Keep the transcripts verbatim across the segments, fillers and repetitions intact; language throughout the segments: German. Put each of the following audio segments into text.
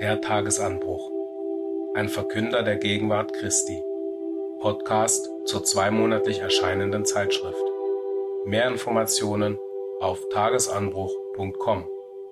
Der Tagesanbruch. Ein Verkünder der Gegenwart Christi. Podcast zur zweimonatlich erscheinenden Zeitschrift. Mehr Informationen auf tagesanbruch punkt com.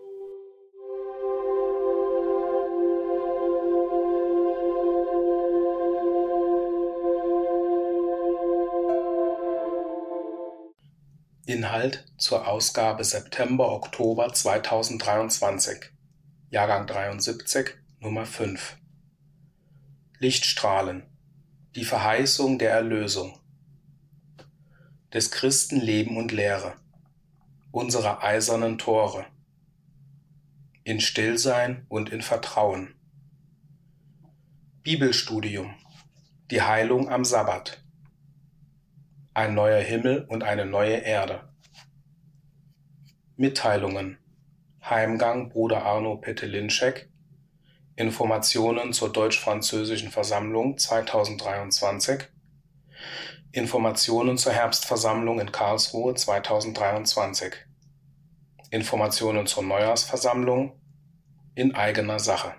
Inhalt zur Ausgabe September-Oktober zweitausenddreiundzwanzig, Jahrgang dreiundsiebzig, Nummer fünf. Lichtstrahlen. Die Verheißung der Erlösung. Des Christen Leben und Lehre. Unsere eisernen Tore. In Stillsein und in Vertrauen. Bibelstudium. Die Heilung am Sabbat. Ein neuer Himmel und eine neue Erde. Mitteilungen. Heimgang Bruder Arno Petelinschek. Informationen zur Deutsch-Französischen Versammlung zweitausenddreiundzwanzig. Informationen zur Herbstversammlung in Karlsruhe zweitausenddreiundzwanzig. Informationen zur Neujahrsversammlung in eigener Sache.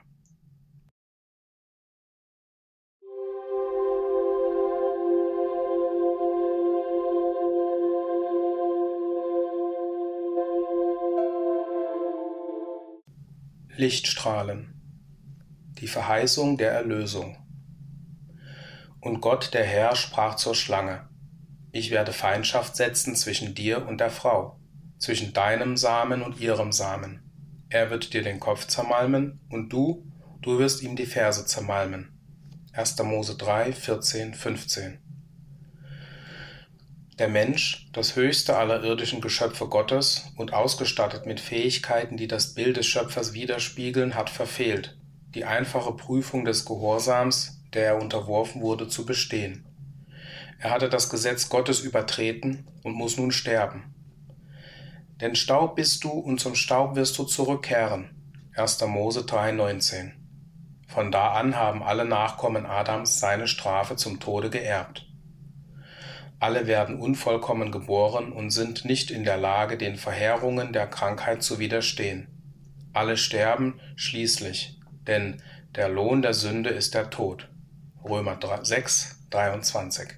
Lichtstrahlen. Die Verheißung der Erlösung. Und Gott, der Herr, sprach zur Schlange: Ich werde Feindschaft setzen zwischen dir und der Frau, zwischen deinem Samen und ihrem Samen. Er wird dir den Kopf zermalmen, und du, du wirst ihm die Ferse zermalmen. erster Mose drei, vierzehn, fünfzehn. Der Mensch, das höchste aller irdischen Geschöpfe Gottes und ausgestattet mit Fähigkeiten, die das Bild des Schöpfers widerspiegeln, hat verfehlt, die einfache Prüfung des Gehorsams, der er unterworfen wurde, zu bestehen. Er hatte das Gesetz Gottes übertreten und muss nun sterben. Denn Staub bist du und zum Staub wirst du zurückkehren. erster Mose drei, neunzehn. Von da an haben alle Nachkommen Adams seine Strafe zum Tode geerbt. Alle werden unvollkommen geboren und sind nicht in der Lage, den Verheerungen der Krankheit zu widerstehen. Alle sterben schließlich, denn der Lohn der Sünde ist der Tod. Römer sechs, dreiundzwanzig.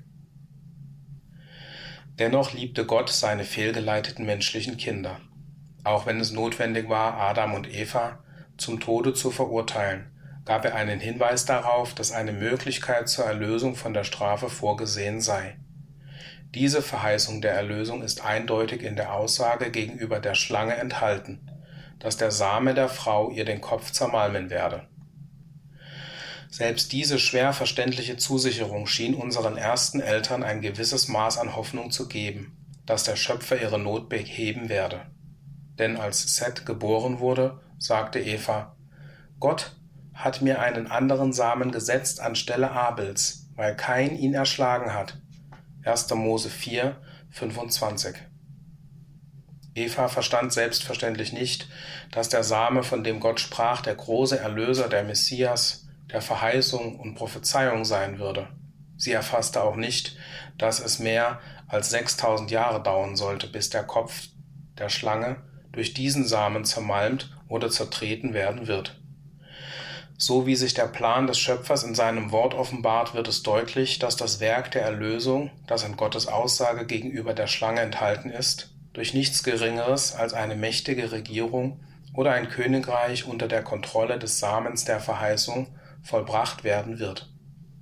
Dennoch liebte Gott seine fehlgeleiteten menschlichen Kinder, auch wenn es notwendig war, Adam und Eva zum Tode zu verurteilen, gab er einen Hinweis darauf, dass eine Möglichkeit zur Erlösung von der Strafe vorgesehen sei. Diese Verheißung der Erlösung ist eindeutig in der Aussage gegenüber der Schlange enthalten, dass der Same der Frau ihr den Kopf zermalmen werde. Selbst diese schwer verständliche Zusicherung schien unseren ersten Eltern ein gewisses Maß an Hoffnung zu geben, dass der Schöpfer ihre Not beheben werde. Denn als Seth geboren wurde, sagte Eva: Gott hat mir einen anderen Samen gesetzt anstelle Abels, weil Kain ihn erschlagen hat. erster Mose vier, fünfundzwanzig. Eva verstand selbstverständlich nicht, dass der Same, von dem Gott sprach, der große Erlöser, der Messias, der Verheißung und Prophezeiung sein würde. Sie erfasste auch nicht, dass es mehr als sechstausend Jahre dauern sollte, bis der Kopf der Schlange durch diesen Samen zermalmt oder zertreten werden wird. So wie sich der Plan des Schöpfers in seinem Wort offenbart, wird es deutlich, dass das Werk der Erlösung, das in Gottes Aussage gegenüber der Schlange enthalten ist, durch nichts Geringeres als eine mächtige Regierung oder ein Königreich unter der Kontrolle des Samens der Verheißung vollbracht werden wird.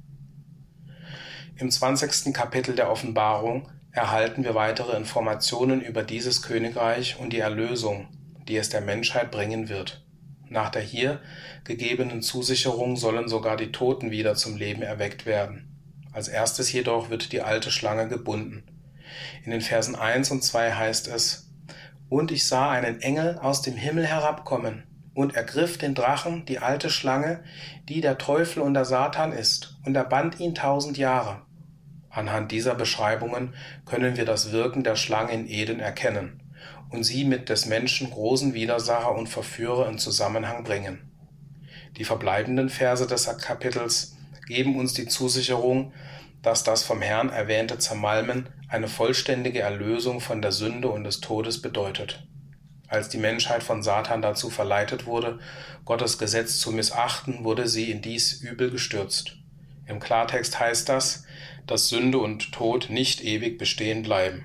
Im zwanzigsten Kapitel der Offenbarung erhalten wir weitere Informationen über dieses Königreich und die Erlösung, die es der Menschheit bringen wird. Nach der hier gegebenen Zusicherung sollen sogar die Toten wieder zum Leben erweckt werden. Als erstes jedoch wird die alte Schlange gebunden. In den Versen eins und zwei heißt es: Und ich sah einen Engel aus dem Himmel herabkommen und ergriff den Drachen, die alte Schlange, die der Teufel und der Satan ist, und er band ihn tausend Jahre. Anhand dieser Beschreibungen können wir das Wirken der Schlange in Eden erkennen und sie mit des Menschen großen Widersacher und Verführer in Zusammenhang bringen. Die verbleibenden Verse des Kapitels geben uns die Zusicherung, dass das vom Herrn erwähnte Zermalmen eine vollständige Erlösung von der Sünde und des Todes bedeutet. Als die Menschheit von Satan dazu verleitet wurde, Gottes Gesetz zu missachten, wurde sie in dies Übel gestürzt. Im Klartext heißt das, dass Sünde und Tod nicht ewig bestehen bleiben.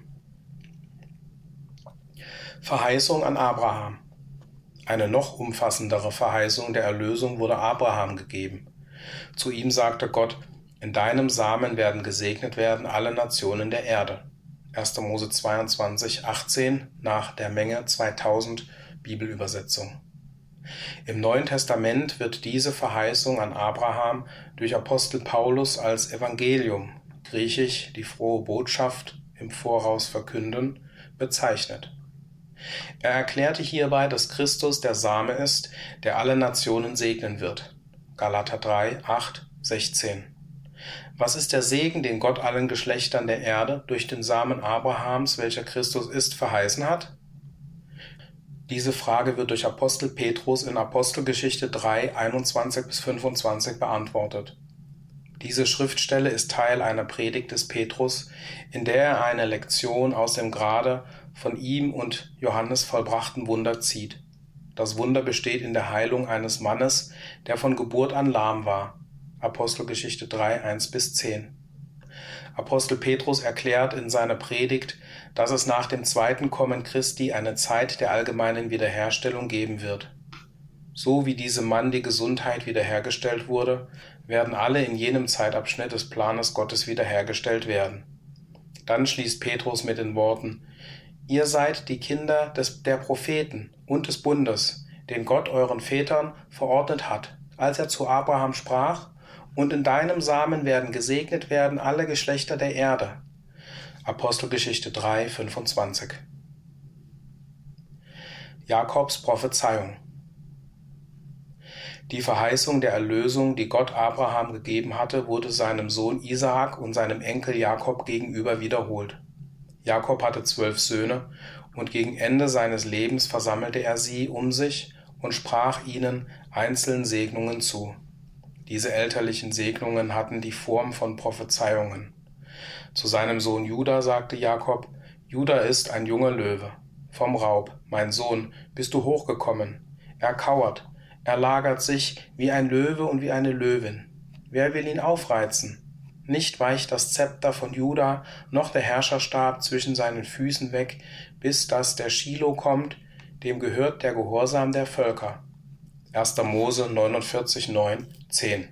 Verheißung an Abraham. Eine noch umfassendere Verheißung der Erlösung wurde Abraham gegeben. Zu ihm sagte Gott: In deinem Samen werden gesegnet werden alle Nationen der Erde. erster Mose zweiundzwanzig, achtzehn nach der Menge zweitausend Bibelübersetzung. Im Neuen Testament wird diese Verheißung an Abraham durch Apostel Paulus als Evangelium, griechisch die frohe Botschaft im Voraus verkünden, bezeichnet. Er erklärte hierbei, dass Christus der Same ist, der alle Nationen segnen wird. Galater drei, acht, sechzehn. Was ist der Segen, den Gott allen Geschlechtern der Erde durch den Samen Abrahams, welcher Christus ist, verheißen hat? Diese Frage wird durch Apostel Petrus in Apostelgeschichte drei, einundzwanzig bis fünfundzwanzig beantwortet. Diese Schriftstelle ist Teil einer Predigt des Petrus, in der er eine Lektion aus dem gerade von ihm und Johannes vollbrachten Wunder zieht. Das Wunder besteht in der Heilung eines Mannes, der von Geburt an lahm war. Apostelgeschichte drei, eins bis zehn. Apostel Petrus erklärt in seiner Predigt, dass es nach dem zweiten Kommen Christi eine Zeit der allgemeinen Wiederherstellung geben wird. So wie diesem Mann die Gesundheit wiederhergestellt wurde, werden alle in jenem Zeitabschnitt des Planes Gottes wiederhergestellt werden. Dann schließt Petrus mit den Worten: Ihr seid die Kinder des, der Propheten und des Bundes, den Gott euren Vätern verordnet hat, als er zu Abraham sprach: Und in deinem Samen werden gesegnet werden alle Geschlechter der Erde. Apostelgeschichte drei, fünfundzwanzig. Jakobs Prophezeiung. Die Verheißung der Erlösung, die Gott Abraham gegeben hatte, wurde seinem Sohn Isaak und seinem Enkel Jakob gegenüber wiederholt. Jakob hatte zwölf Söhne, und gegen Ende seines Lebens versammelte er sie um sich und sprach ihnen einzeln Segnungen zu. Diese elterlichen Segnungen hatten die Form von Prophezeiungen. Zu seinem Sohn Juda sagte Jakob: Juda ist ein junger Löwe. Vom Raub, mein Sohn, bist du hochgekommen. Er kauert, er lagert sich wie ein Löwe und wie eine Löwin. Wer will ihn aufreizen? Nicht weicht das Zepter von Juda, noch der Herrscherstab zwischen seinen Füßen weg, bis dass der Schilo kommt, dem gehört der Gehorsam der Völker. erster Mose neunundvierzig, neun, zehn.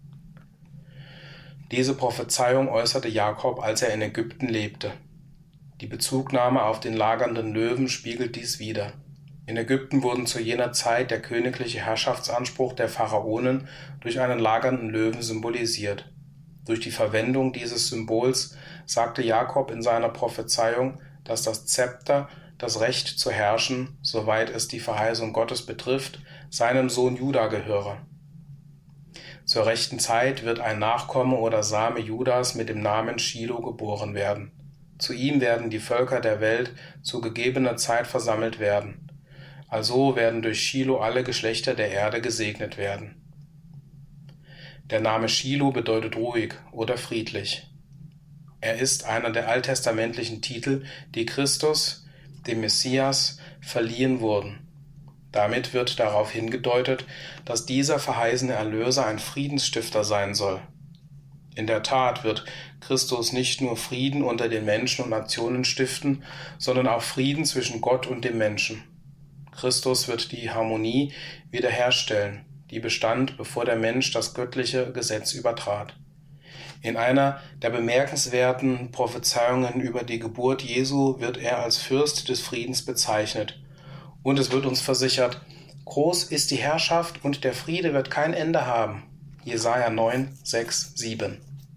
Diese Prophezeiung äußerte Jakob, als er in Ägypten lebte. Die Bezugnahme auf den lagernden Löwen spiegelt dies wider. In Ägypten wurden zu jener Zeit der königliche Herrschaftsanspruch der Pharaonen durch einen lagernden Löwen symbolisiert. Durch die Verwendung dieses Symbols sagte Jakob in seiner Prophezeiung, dass das Zepter, das Recht zu herrschen, soweit es die Verheißung Gottes betrifft, seinem Sohn Juda gehöre. Zur rechten Zeit wird ein Nachkomme oder Same Judas mit dem Namen Schilo geboren werden. Zu ihm werden die Völker der Welt zu gegebener Zeit versammelt werden. Also werden durch Schilo alle Geschlechter der Erde gesegnet werden. Der Name Schilo bedeutet ruhig oder friedlich. Er ist einer der alttestamentlichen Titel, die Christus, dem Messias, verliehen wurden. Damit wird darauf hingedeutet, dass dieser verheißene Erlöser ein Friedensstifter sein soll. In der Tat wird Christus nicht nur Frieden unter den Menschen und Nationen stiften, sondern auch Frieden zwischen Gott und dem Menschen. Christus wird die Harmonie wiederherstellen, die bestand, bevor der Mensch das göttliche Gesetz übertrat. In einer der bemerkenswerten Prophezeiungen über die Geburt Jesu wird er als Fürst des Friedens bezeichnet. Und es wird uns versichert: Groß ist die Herrschaft und der Friede wird kein Ende haben. Jesaja neun, sechs, sieben.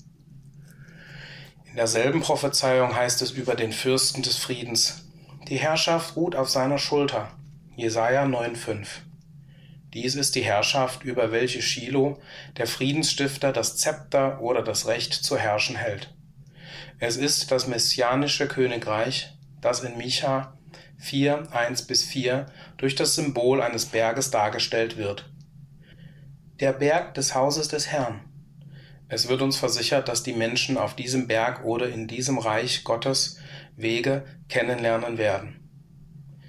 In derselben Prophezeiung heißt es über den Fürsten des Friedens: Die Herrschaft ruht auf seiner Schulter. Jesaja neun, fünf. Dies ist die Herrschaft, über welche Schilo, der Friedensstifter, das Zepter oder das Recht zu herrschen hält. Es ist das messianische Königreich, das in Micha vier, eins bis vier durch das Symbol eines Berges dargestellt wird. Der Berg des Hauses des Herrn. Es wird uns versichert, dass die Menschen auf diesem Berg oder in diesem Reich Gottes Wege kennenlernen werden.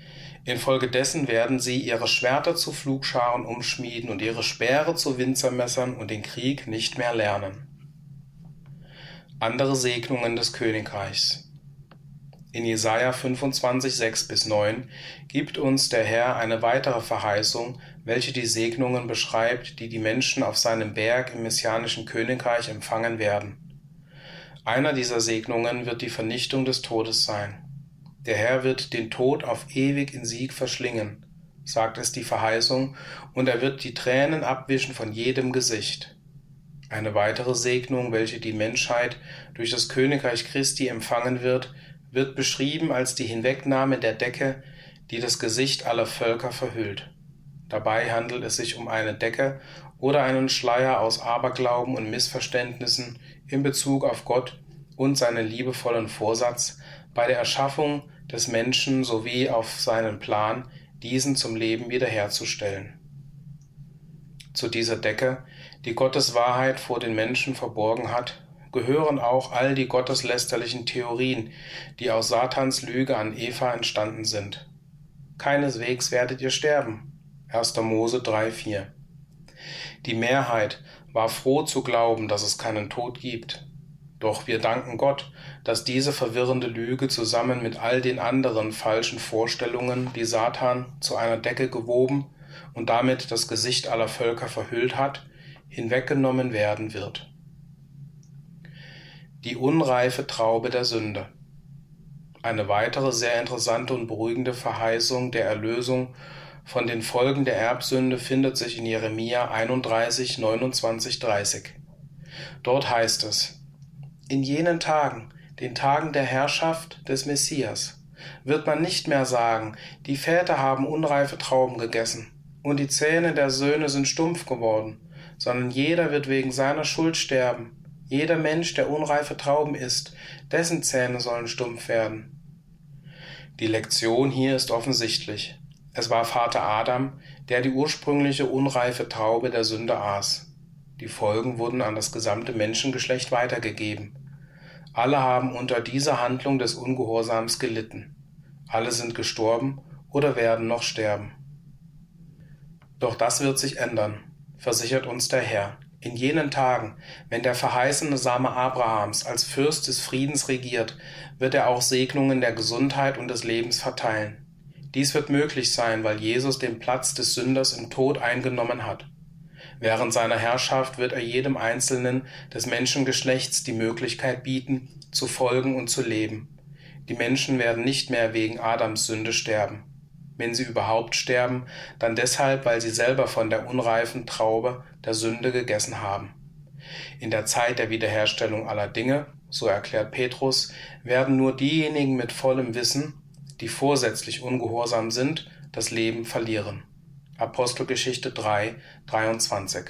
Infolgedessen werden sie ihre Schwerter zu Pflugscharen umschmieden und ihre Speere zu Winzermessern und den Krieg nicht mehr lernen. Andere Segnungen des Königreichs. In Jesaja fünfundzwanzig, sechs bis neun gibt uns der Herr eine weitere Verheißung, welche die Segnungen beschreibt, die die Menschen auf seinem Berg im messianischen Königreich empfangen werden. Einer dieser Segnungen wird die Vernichtung des Todes sein. Der Herr wird den Tod auf ewig in Sieg verschlingen, sagt es die Verheißung, und er wird die Tränen abwischen von jedem Gesicht. Eine weitere Segnung, welche die Menschheit durch das Königreich Christi empfangen wird, wird beschrieben als die Hinwegnahme der Decke, die das Gesicht aller Völker verhüllt. Dabei handelt es sich um eine Decke oder einen Schleier aus Aberglauben und Missverständnissen in Bezug auf Gott und seinen liebevollen Vorsatz, bei der Erschaffung des Menschen sowie auf seinen Plan, diesen zum Leben wiederherzustellen. Zu dieser Decke, die Gottes Wahrheit vor den Menschen verborgen hat, gehören auch all die gotteslästerlichen Theorien, die aus Satans Lüge an Eva entstanden sind. Keineswegs werdet ihr sterben. erster Mose drei, vier. Die Mehrheit war froh zu glauben, dass es keinen Tod gibt. Doch wir danken Gott, dass diese verwirrende Lüge zusammen mit all den anderen falschen Vorstellungen, die Satan zu einer Decke gewoben und damit das Gesicht aller Völker verhüllt hat, hinweggenommen werden wird. Die unreife Traube der Sünde. Eine weitere sehr interessante und beruhigende Verheißung der Erlösung von den Folgen der Erbsünde findet sich in Jeremia einunddreißig, neunundzwanzig, dreißig. Dort heißt es: In jenen Tagen, den Tagen der Herrschaft des Messias, wird man nicht mehr sagen, die Väter haben unreife Trauben gegessen und die Zähne der Söhne sind stumpf geworden, sondern jeder wird wegen seiner Schuld sterben. Jeder Mensch, der unreife Trauben isst, dessen Zähne sollen stumpf werden. Die Lektion hier ist offensichtlich. Es war Vater Adam, der die ursprüngliche unreife Traube der Sünde aß. Die Folgen wurden an das gesamte Menschengeschlecht weitergegeben. Alle haben unter dieser Handlung des Ungehorsams gelitten. Alle sind gestorben oder werden noch sterben. Doch das wird sich ändern, versichert uns der Herr. In jenen Tagen, wenn der verheißene Same Abrahams als Fürst des Friedens regiert, wird er auch Segnungen der Gesundheit und des Lebens verteilen. Dies wird möglich sein, weil Jesus den Platz des Sünders im Tod eingenommen hat. Während seiner Herrschaft wird er jedem Einzelnen des Menschengeschlechts die Möglichkeit bieten, zu folgen und zu leben. Die Menschen werden nicht mehr wegen Adams Sünde sterben. Wenn sie überhaupt sterben, dann deshalb, weil sie selber von der unreifen Traube der Sünde gegessen haben. In der Zeit der Wiederherstellung aller Dinge, so erklärt Petrus, werden nur diejenigen mit vollem Wissen, die vorsätzlich ungehorsam sind, das Leben verlieren. Apostelgeschichte drei, dreiundzwanzig.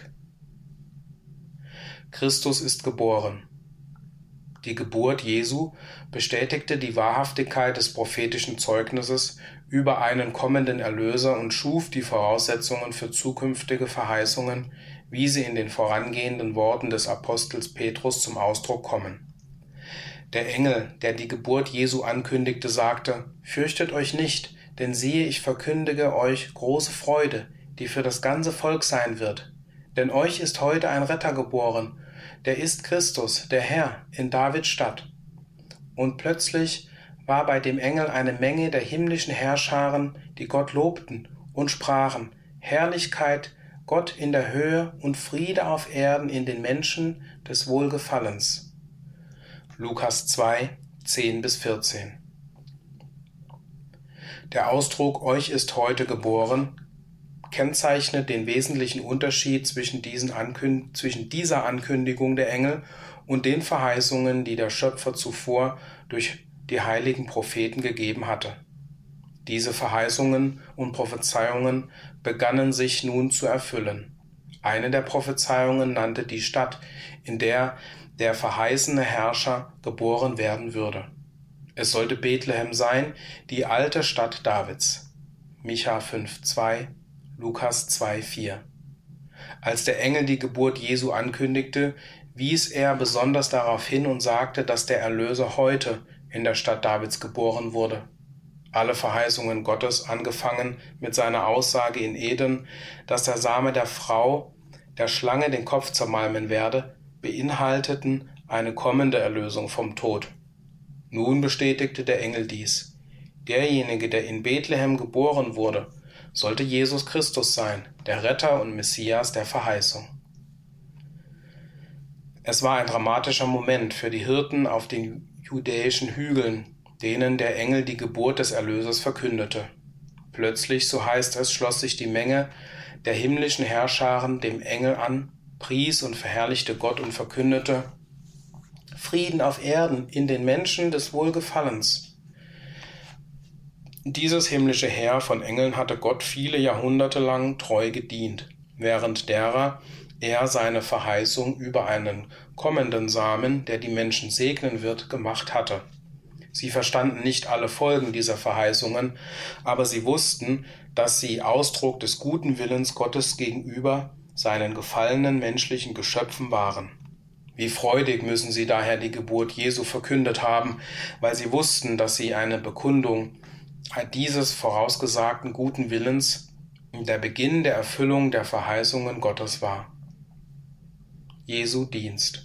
Christus ist geboren. Die Geburt Jesu bestätigte die Wahrhaftigkeit des prophetischen Zeugnisses über einen kommenden Erlöser und schuf die Voraussetzungen für zukünftige Verheißungen, wie sie in den vorangehenden Worten des Apostels Petrus zum Ausdruck kommen. Der Engel, der die Geburt Jesu ankündigte, sagte: Fürchtet euch nicht, denn siehe, ich verkündige euch große Freude, die für das ganze Volk sein wird. Denn euch ist heute ein Retter geboren, der ist Christus, der Herr, in Davids Stadt. Und plötzlich war bei dem Engel eine Menge der himmlischen Herrscharen, die Gott lobten und sprachen: Herrlichkeit, Gott in der Höhe und Friede auf Erden in den Menschen des Wohlgefallens. Lukas zwei, zehn bis vierzehn. Der Ausdruck euch ist heute geboren kennzeichnet den wesentlichen Unterschied zwischen, diesen Ankünd- zwischen dieser Ankündigung der Engel und den Verheißungen, die der Schöpfer zuvor durch die heiligen Propheten gegeben hatte. Diese Verheißungen und Prophezeiungen begannen sich nun zu erfüllen. Eine der Prophezeiungen nannte die Stadt, in der der verheißene Herrscher geboren werden würde. Es sollte Bethlehem sein, die alte Stadt Davids. Micha fünf, zwei, Lukas zwei, vier. Als der Engel die Geburt Jesu ankündigte, wies er besonders darauf hin und sagte, dass der Erlöser heute in der Stadt Davids geboren wurde. alle Verheißungen Gottes, angefangen mit seiner Aussage in Eden, dass der Same der Frau der Schlange den Kopf zermalmen werde, beinhalteten eine kommende Erlösung vom Tod. Nun bestätigte der Engel dies. Derjenige, der in Bethlehem geboren wurde, sollte Jesus Christus sein, der Retter und Messias der Verheißung. Es war ein dramatischer Moment für die Hirten auf den judäischen Hügeln, denen der Engel die Geburt des Erlösers verkündete. Plötzlich, so heißt es, schloss sich die Menge der himmlischen Herrscharen dem Engel an, pries und verherrlichte Gott und verkündete: Frieden auf Erden in den Menschen des Wohlgefallens. Dieses himmlische Heer von Engeln hatte Gott viele Jahrhunderte lang treu gedient, während derer er seine Verheißung über einen kommenden Samen, der die Menschen segnen wird, gemacht hatte. Sie verstanden nicht alle Folgen dieser Verheißungen, aber sie wussten, dass sie Ausdruck des guten Willens Gottes gegenüber seinen gefallenen menschlichen Geschöpfen waren. Wie freudig müssen sie daher die Geburt Jesu verkündet haben, weil sie wussten, dass sie eine Bekundung dieses vorausgesagten guten Willens, der Beginn der Erfüllung der Verheißungen Gottes war. Jesu Dienst.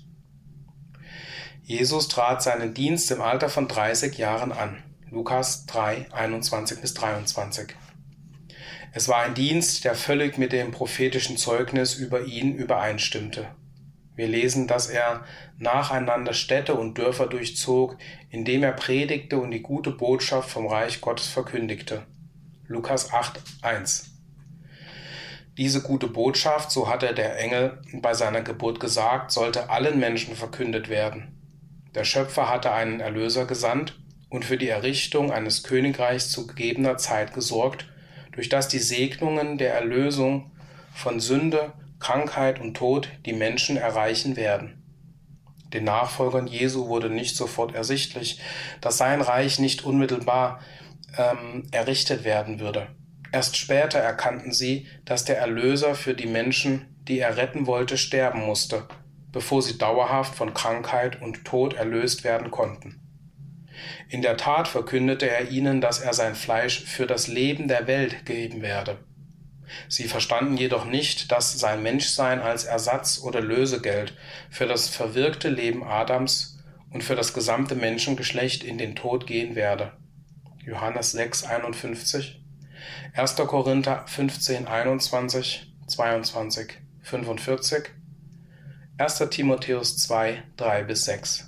Jesus trat seinen Dienst im Alter von dreißig Jahren an. Lukas drei, einundzwanzig bis dreiundzwanzig. Es war ein Dienst, der völlig mit dem prophetischen Zeugnis über ihn übereinstimmte. Wir lesen, dass er nacheinander Städte und Dörfer durchzog, indem er predigte und die gute Botschaft vom Reich Gottes verkündigte. Lukas acht, eins. Diese gute Botschaft, so hatte der Engel bei seiner Geburt gesagt, sollte allen Menschen verkündet werden. Der Schöpfer hatte einen Erlöser gesandt und für die Errichtung eines Königreichs zu gegebener Zeit gesorgt, durch das die Segnungen der Erlösung von Sünde, Krankheit und Tod die Menschen erreichen werden. Den Nachfolgern Jesu wurde nicht sofort ersichtlich, dass sein Reich nicht unmittelbar ähm, errichtet werden würde. Erst später erkannten sie, dass der Erlöser für die Menschen, die er retten wollte, sterben musste, bevor sie dauerhaft von Krankheit und Tod erlöst werden konnten. In der Tat verkündete er ihnen, dass er sein Fleisch für das Leben der Welt geben werde. Sie verstanden jedoch nicht, dass sein Menschsein als Ersatz oder Lösegeld für das verwirkte Leben Adams und für das gesamte Menschengeschlecht in den Tod gehen werde. Johannes sechs, einundfünfzig, erster Korinther fünfzehn, einundzwanzig, zweiundzwanzig, fünfundvierzig, erster Timotheus zwei, drei bis sechs.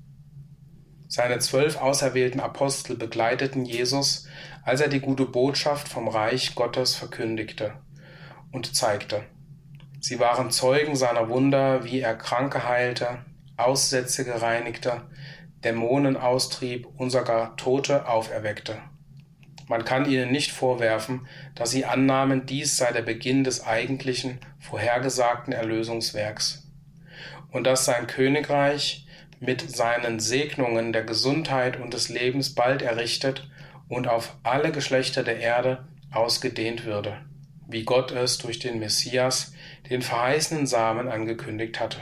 Seine zwölf auserwählten Apostel begleiteten Jesus, als er die gute Botschaft vom Reich Gottes verkündigte und zeigte. Sie waren Zeugen seiner Wunder, wie er Kranke heilte, Aussätzige reinigte, Dämonen austrieb und sogar Tote auferweckte. Man kann ihnen nicht vorwerfen, dass sie annahmen, dies sei der Beginn des eigentlichen, vorhergesagten Erlösungswerks und dass sein Königreich mit seinen Segnungen der Gesundheit und des Lebens bald errichtet und auf alle Geschlechter der Erde ausgedehnt würde, wie Gott es durch den Messias, den verheißenen Samen, angekündigt hatte.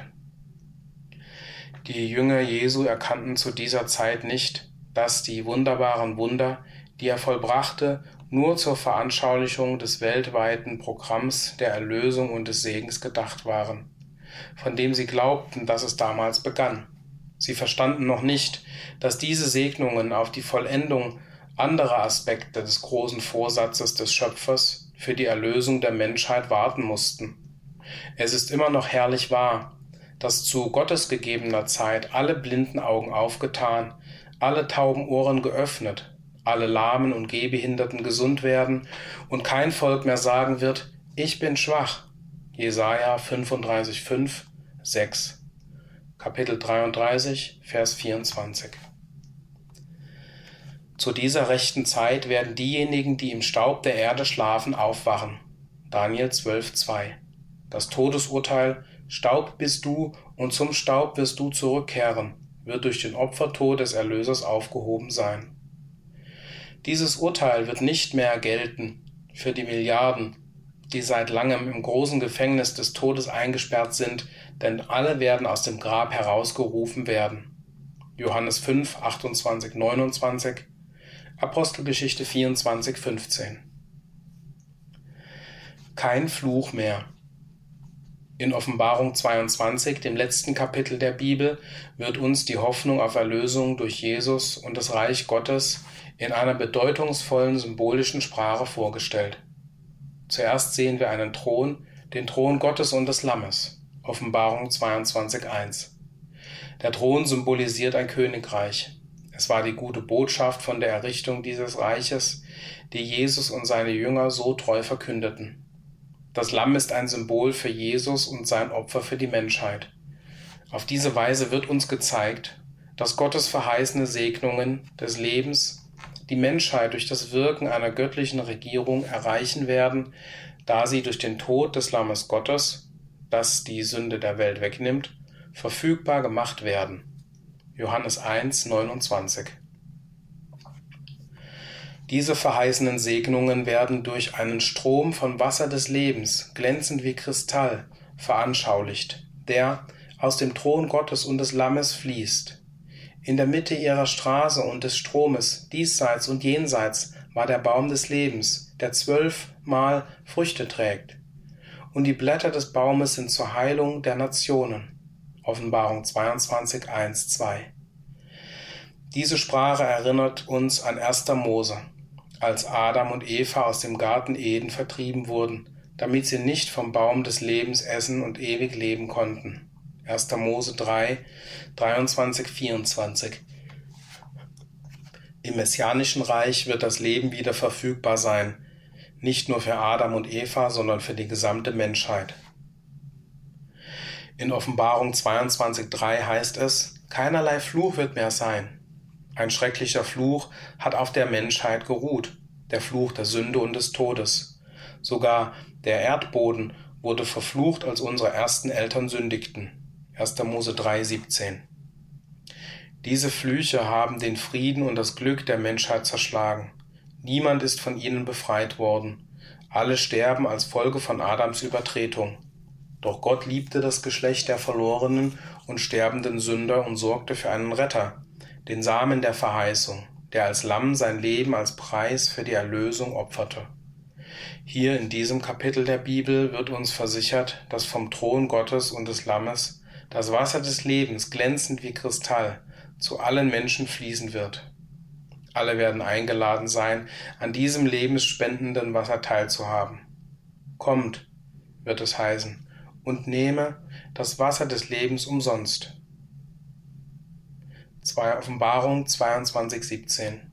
Die Jünger Jesu erkannten zu dieser Zeit nicht, dass die wunderbaren Wunder, die er vollbrachte, nur zur Veranschaulichung des weltweiten Programms der Erlösung und des Segens gedacht waren, von dem sie glaubten, dass es damals begann. Sie verstanden noch nicht, dass diese Segnungen auf die Vollendung anderer Aspekte des großen Vorsatzes des Schöpfers für die Erlösung der Menschheit warten mussten. Es ist immer noch herrlich wahr, dass zu Gottes gegebener Zeit alle blinden Augen aufgetan, alle tauben Ohren geöffnet, alle Lahmen und Gehbehinderten gesund werden und kein Volk mehr sagen wird, ich bin schwach. Jesaja fünfunddreißig, fünf, sechs. Kapitel dreiunddreißig, Vers vierundzwanzig. Zu dieser rechten Zeit werden diejenigen, die im Staub der Erde schlafen, aufwachen. Daniel zwölf, zwei. Das Todesurteil, Staub bist du und zum Staub wirst du zurückkehren, wird durch den Opfertod des Erlösers aufgehoben sein. Dieses Urteil wird nicht mehr gelten für die Milliarden, die seit langem im großen Gefängnis des Todes eingesperrt sind, denn alle werden aus dem Grab herausgerufen werden. Johannes fünf, achtundzwanzig, neunundzwanzig, Apostelgeschichte vierundzwanzig, fünfzehn. Kein Fluch mehr. In Offenbarung zweiundzwanzig, dem letzten Kapitel der Bibel, wird uns die Hoffnung auf Erlösung durch Jesus und das Reich Gottes in einer bedeutungsvollen symbolischen Sprache vorgestellt. Zuerst sehen wir einen Thron, den Thron Gottes und des Lammes. Offenbarung zweiundzwanzig, eins. Der Thron symbolisiert ein Königreich. Es war die gute Botschaft von der Errichtung dieses Reiches, die Jesus und seine Jünger so treu verkündeten. Das Lamm ist ein Symbol für Jesus und sein Opfer für die Menschheit. Auf diese Weise wird uns gezeigt, dass Gottes verheißene Segnungen des Lebens die Menschheit durch das Wirken einer göttlichen Regierung erreichen werden, da sie durch den Tod des Lammes Gottes, das die Sünde der Welt wegnimmt, verfügbar gemacht werden. Johannes eins, neunundzwanzig. Diese verheißenen Segnungen werden durch einen Strom von Wasser des Lebens, glänzend wie Kristall, veranschaulicht, der aus dem Thron Gottes und des Lammes fließt. In der Mitte ihrer Straße und des Stromes, diesseits und jenseits, war der Baum des Lebens, der zwölfmal Früchte trägt. Und die Blätter des Baumes sind zur Heilung der Nationen. Offenbarung zweiundzwanzig, eins, zwei. Diese Sprache erinnert uns an erster Mose, als Adam und Eva aus dem Garten Eden vertrieben wurden, damit sie nicht vom Baum des Lebens essen und ewig leben konnten. erster Mose drei, dreiundzwanzig, vierundzwanzig. Im Messianischen Reich wird das Leben wieder verfügbar sein, nicht nur für Adam und Eva, sondern für die gesamte Menschheit. In Offenbarung zweiundzwanzig, drei heißt es, keinerlei Fluch wird mehr sein. Ein schrecklicher Fluch hat auf der Menschheit geruht, der Fluch der Sünde und des Todes. Sogar der Erdboden wurde verflucht, als unsere ersten Eltern sündigten. erster Mose drei, siebzehn. Diese Flüche haben den Frieden und das Glück der Menschheit zerschlagen. Niemand ist von ihnen befreit worden. Alle sterben als Folge von Adams Übertretung. Doch Gott liebte das Geschlecht der verlorenen und sterbenden Sünder und sorgte für einen Retter, den Samen der Verheißung, der als Lamm sein Leben als Preis für die Erlösung opferte. Hier in diesem Kapitel der Bibel wird uns versichert, dass vom Thron Gottes und des Lammes das Wasser des Lebens, glänzend wie Kristall, zu allen Menschen fließen wird. Alle werden eingeladen sein, an diesem lebensspendenden Wasser teilzuhaben. Kommt, wird es heißen, und nehme das Wasser des Lebens umsonst. Offenbarung zweiundzwanzig, siebzehn.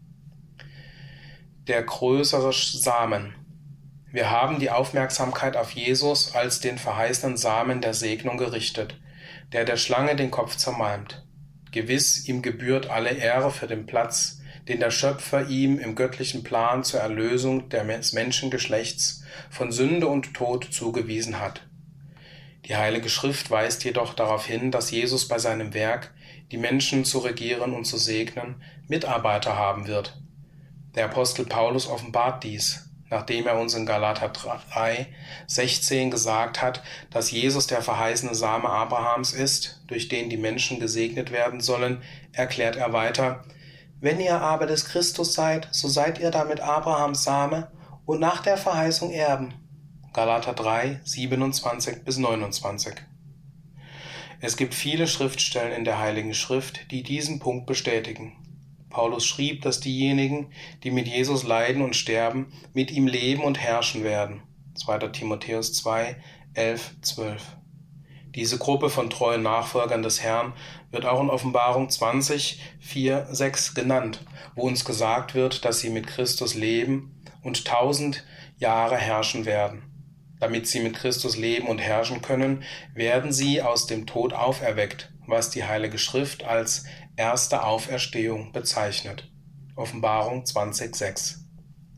Der größere Samen. Wir haben die Aufmerksamkeit auf Jesus als den verheißenen Samen der Segnung gerichtet, der der Schlange den Kopf zermalmt. Gewiss, ihm gebührt alle Ehre für den Platz, den der Schöpfer ihm im göttlichen Plan zur Erlösung des Menschengeschlechts von Sünde und Tod zugewiesen hat. Die Heilige Schrift weist jedoch darauf hin, dass Jesus bei seinem Werk, die Menschen zu regieren und zu segnen, Mitarbeiter haben wird. Der Apostel Paulus offenbart dies, nachdem er uns in Galater drei, sechzehn gesagt hat, dass Jesus der verheißene Same Abrahams ist, durch den die Menschen gesegnet werden sollen, erklärt er weiter: Wenn ihr aber des Christus seid, so seid ihr damit Abrahams Same und nach der Verheißung Erben. Galater drei, siebenundzwanzig bis neunundzwanzig. Es gibt viele Schriftstellen in der Heiligen Schrift, die diesen Punkt bestätigen. Paulus schrieb, dass diejenigen, die mit Jesus leiden und sterben, mit ihm leben und herrschen werden. zweiter Timotheus zwei, elf, zwölf. Diese Gruppe von treuen Nachfolgern des Herrn wird auch in Offenbarung zwanzig, vier, sechs genannt, wo uns gesagt wird, dass sie mit Christus leben und tausend Jahre herrschen werden. Damit sie mit Christus leben und herrschen können, werden sie aus dem Tod auferweckt, was die Heilige Schrift als erste Auferstehung bezeichnet. Offenbarung zwanzig, sechs.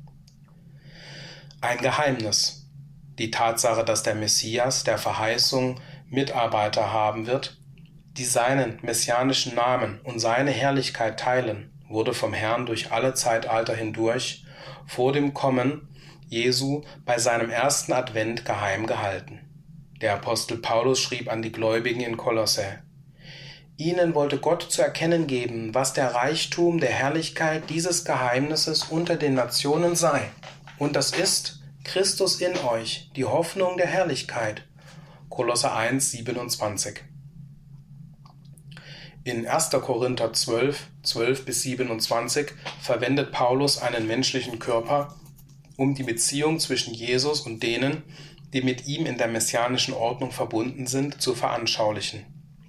Ein Geheimnis. Die Tatsache, dass der Messias der Verheißung Mitarbeiter haben wird, die seinen messianischen Namen und seine Herrlichkeit teilen, wurde vom Herrn durch alle Zeitalter hindurch vor dem Kommen Jesu bei seinem ersten Advent geheim gehalten. Der Apostel Paulus schrieb an die Gläubigen in Kolossä: Ihnen wollte Gott zu erkennen geben, was der Reichtum der Herrlichkeit dieses Geheimnisses unter den Nationen sei. Und das ist Christus in euch, die Hoffnung der Herrlichkeit. Kolosser eins, siebenundzwanzig. In erster Korinther zwölf, zwölf bis siebenundzwanzig verwendet Paulus einen menschlichen Körper, um die Beziehung zwischen Jesus und denen, die mit ihm in der messianischen Ordnung verbunden sind, zu veranschaulichen.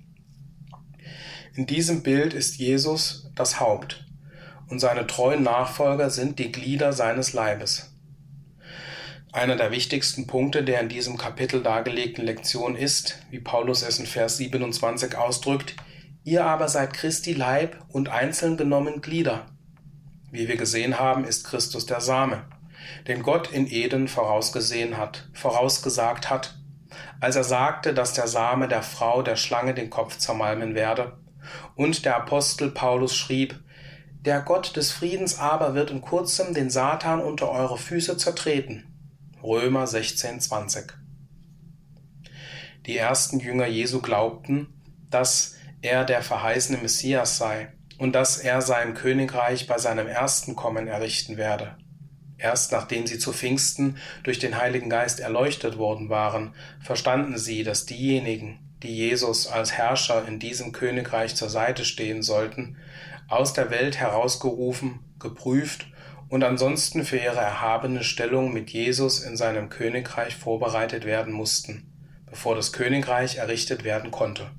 In diesem Bild ist Jesus das Haupt und seine treuen Nachfolger sind die Glieder seines Leibes. Einer der wichtigsten Punkte der in diesem Kapitel dargelegten Lektion ist, wie Paulus es in Vers siebenundzwanzig ausdrückt, ihr aber seid Christi Leib und einzeln genommen Glieder. Wie wir gesehen haben, ist Christus der Same, den Gott in Eden vorausgesehen hat, vorausgesagt hat, als er sagte, dass der Same der Frau der Schlange den Kopf zermalmen werde. Und der Apostel Paulus schrieb, der Gott des Friedens aber wird in kurzem den Satan unter eure Füße zertreten. Römer sechzehn, zwanzig. Die ersten Jünger Jesu glaubten, dass er der verheißene Messias sei und dass er sein Königreich bei seinem ersten Kommen errichten werde. Erst nachdem sie zu Pfingsten durch den Heiligen Geist erleuchtet worden waren, verstanden sie, dass diejenigen, die Jesus als Herrscher in diesem Königreich zur Seite stehen sollten, aus der Welt herausgerufen, geprüft und ansonsten für ihre erhabene Stellung mit Jesus in seinem Königreich vorbereitet werden mussten, bevor das Königreich errichtet werden konnte.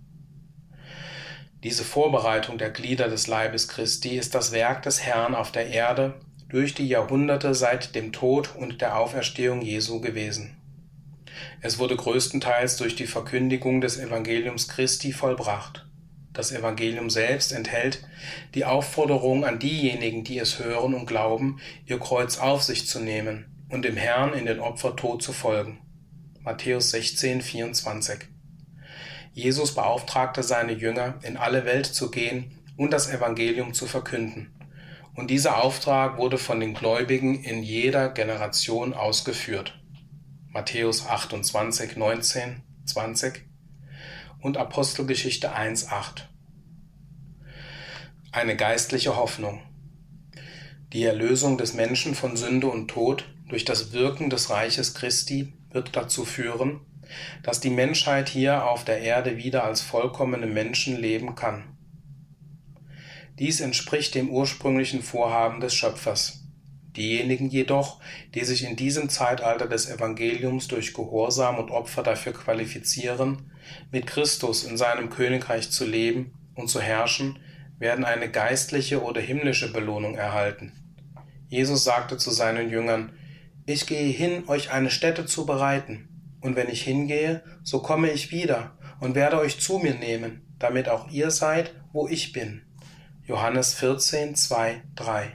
Diese Vorbereitung der Glieder des Leibes Christi ist das Werk des Herrn auf der Erde durch die Jahrhunderte seit dem Tod und der Auferstehung Jesu gewesen. Es wurde größtenteils durch die Verkündigung des Evangeliums Christi vollbracht. Das Evangelium selbst enthält die Aufforderung an diejenigen, die es hören und glauben, ihr Kreuz auf sich zu nehmen und dem Herrn in den Opfertod zu folgen. Matthäus sechzehn, vierundzwanzig. Jesus beauftragte seine Jünger, in alle Welt zu gehen und das Evangelium zu verkünden. Und dieser Auftrag wurde von den Gläubigen in jeder Generation ausgeführt. Matthäus achtundzwanzig, neunzehn, zwanzig und Apostelgeschichte eins, acht. Eine geistliche Hoffnung. Die Erlösung des Menschen von Sünde und Tod durch das Wirken des Reiches Christi wird dazu führen, dass die Menschheit hier auf der Erde wieder als vollkommene Menschen leben kann. Dies entspricht dem ursprünglichen Vorhaben des Schöpfers. Diejenigen jedoch, die sich in diesem Zeitalter des Evangeliums durch Gehorsam und Opfer dafür qualifizieren, mit Christus in seinem Königreich zu leben und zu herrschen, werden eine geistliche oder himmlische Belohnung erhalten. Jesus sagte zu seinen Jüngern, ich gehe hin, euch eine Stätte zu bereiten. Und wenn ich hingehe, so komme ich wieder und werde euch zu mir nehmen, damit auch ihr seid, wo ich bin. Johannes vierzehn, zwei, drei.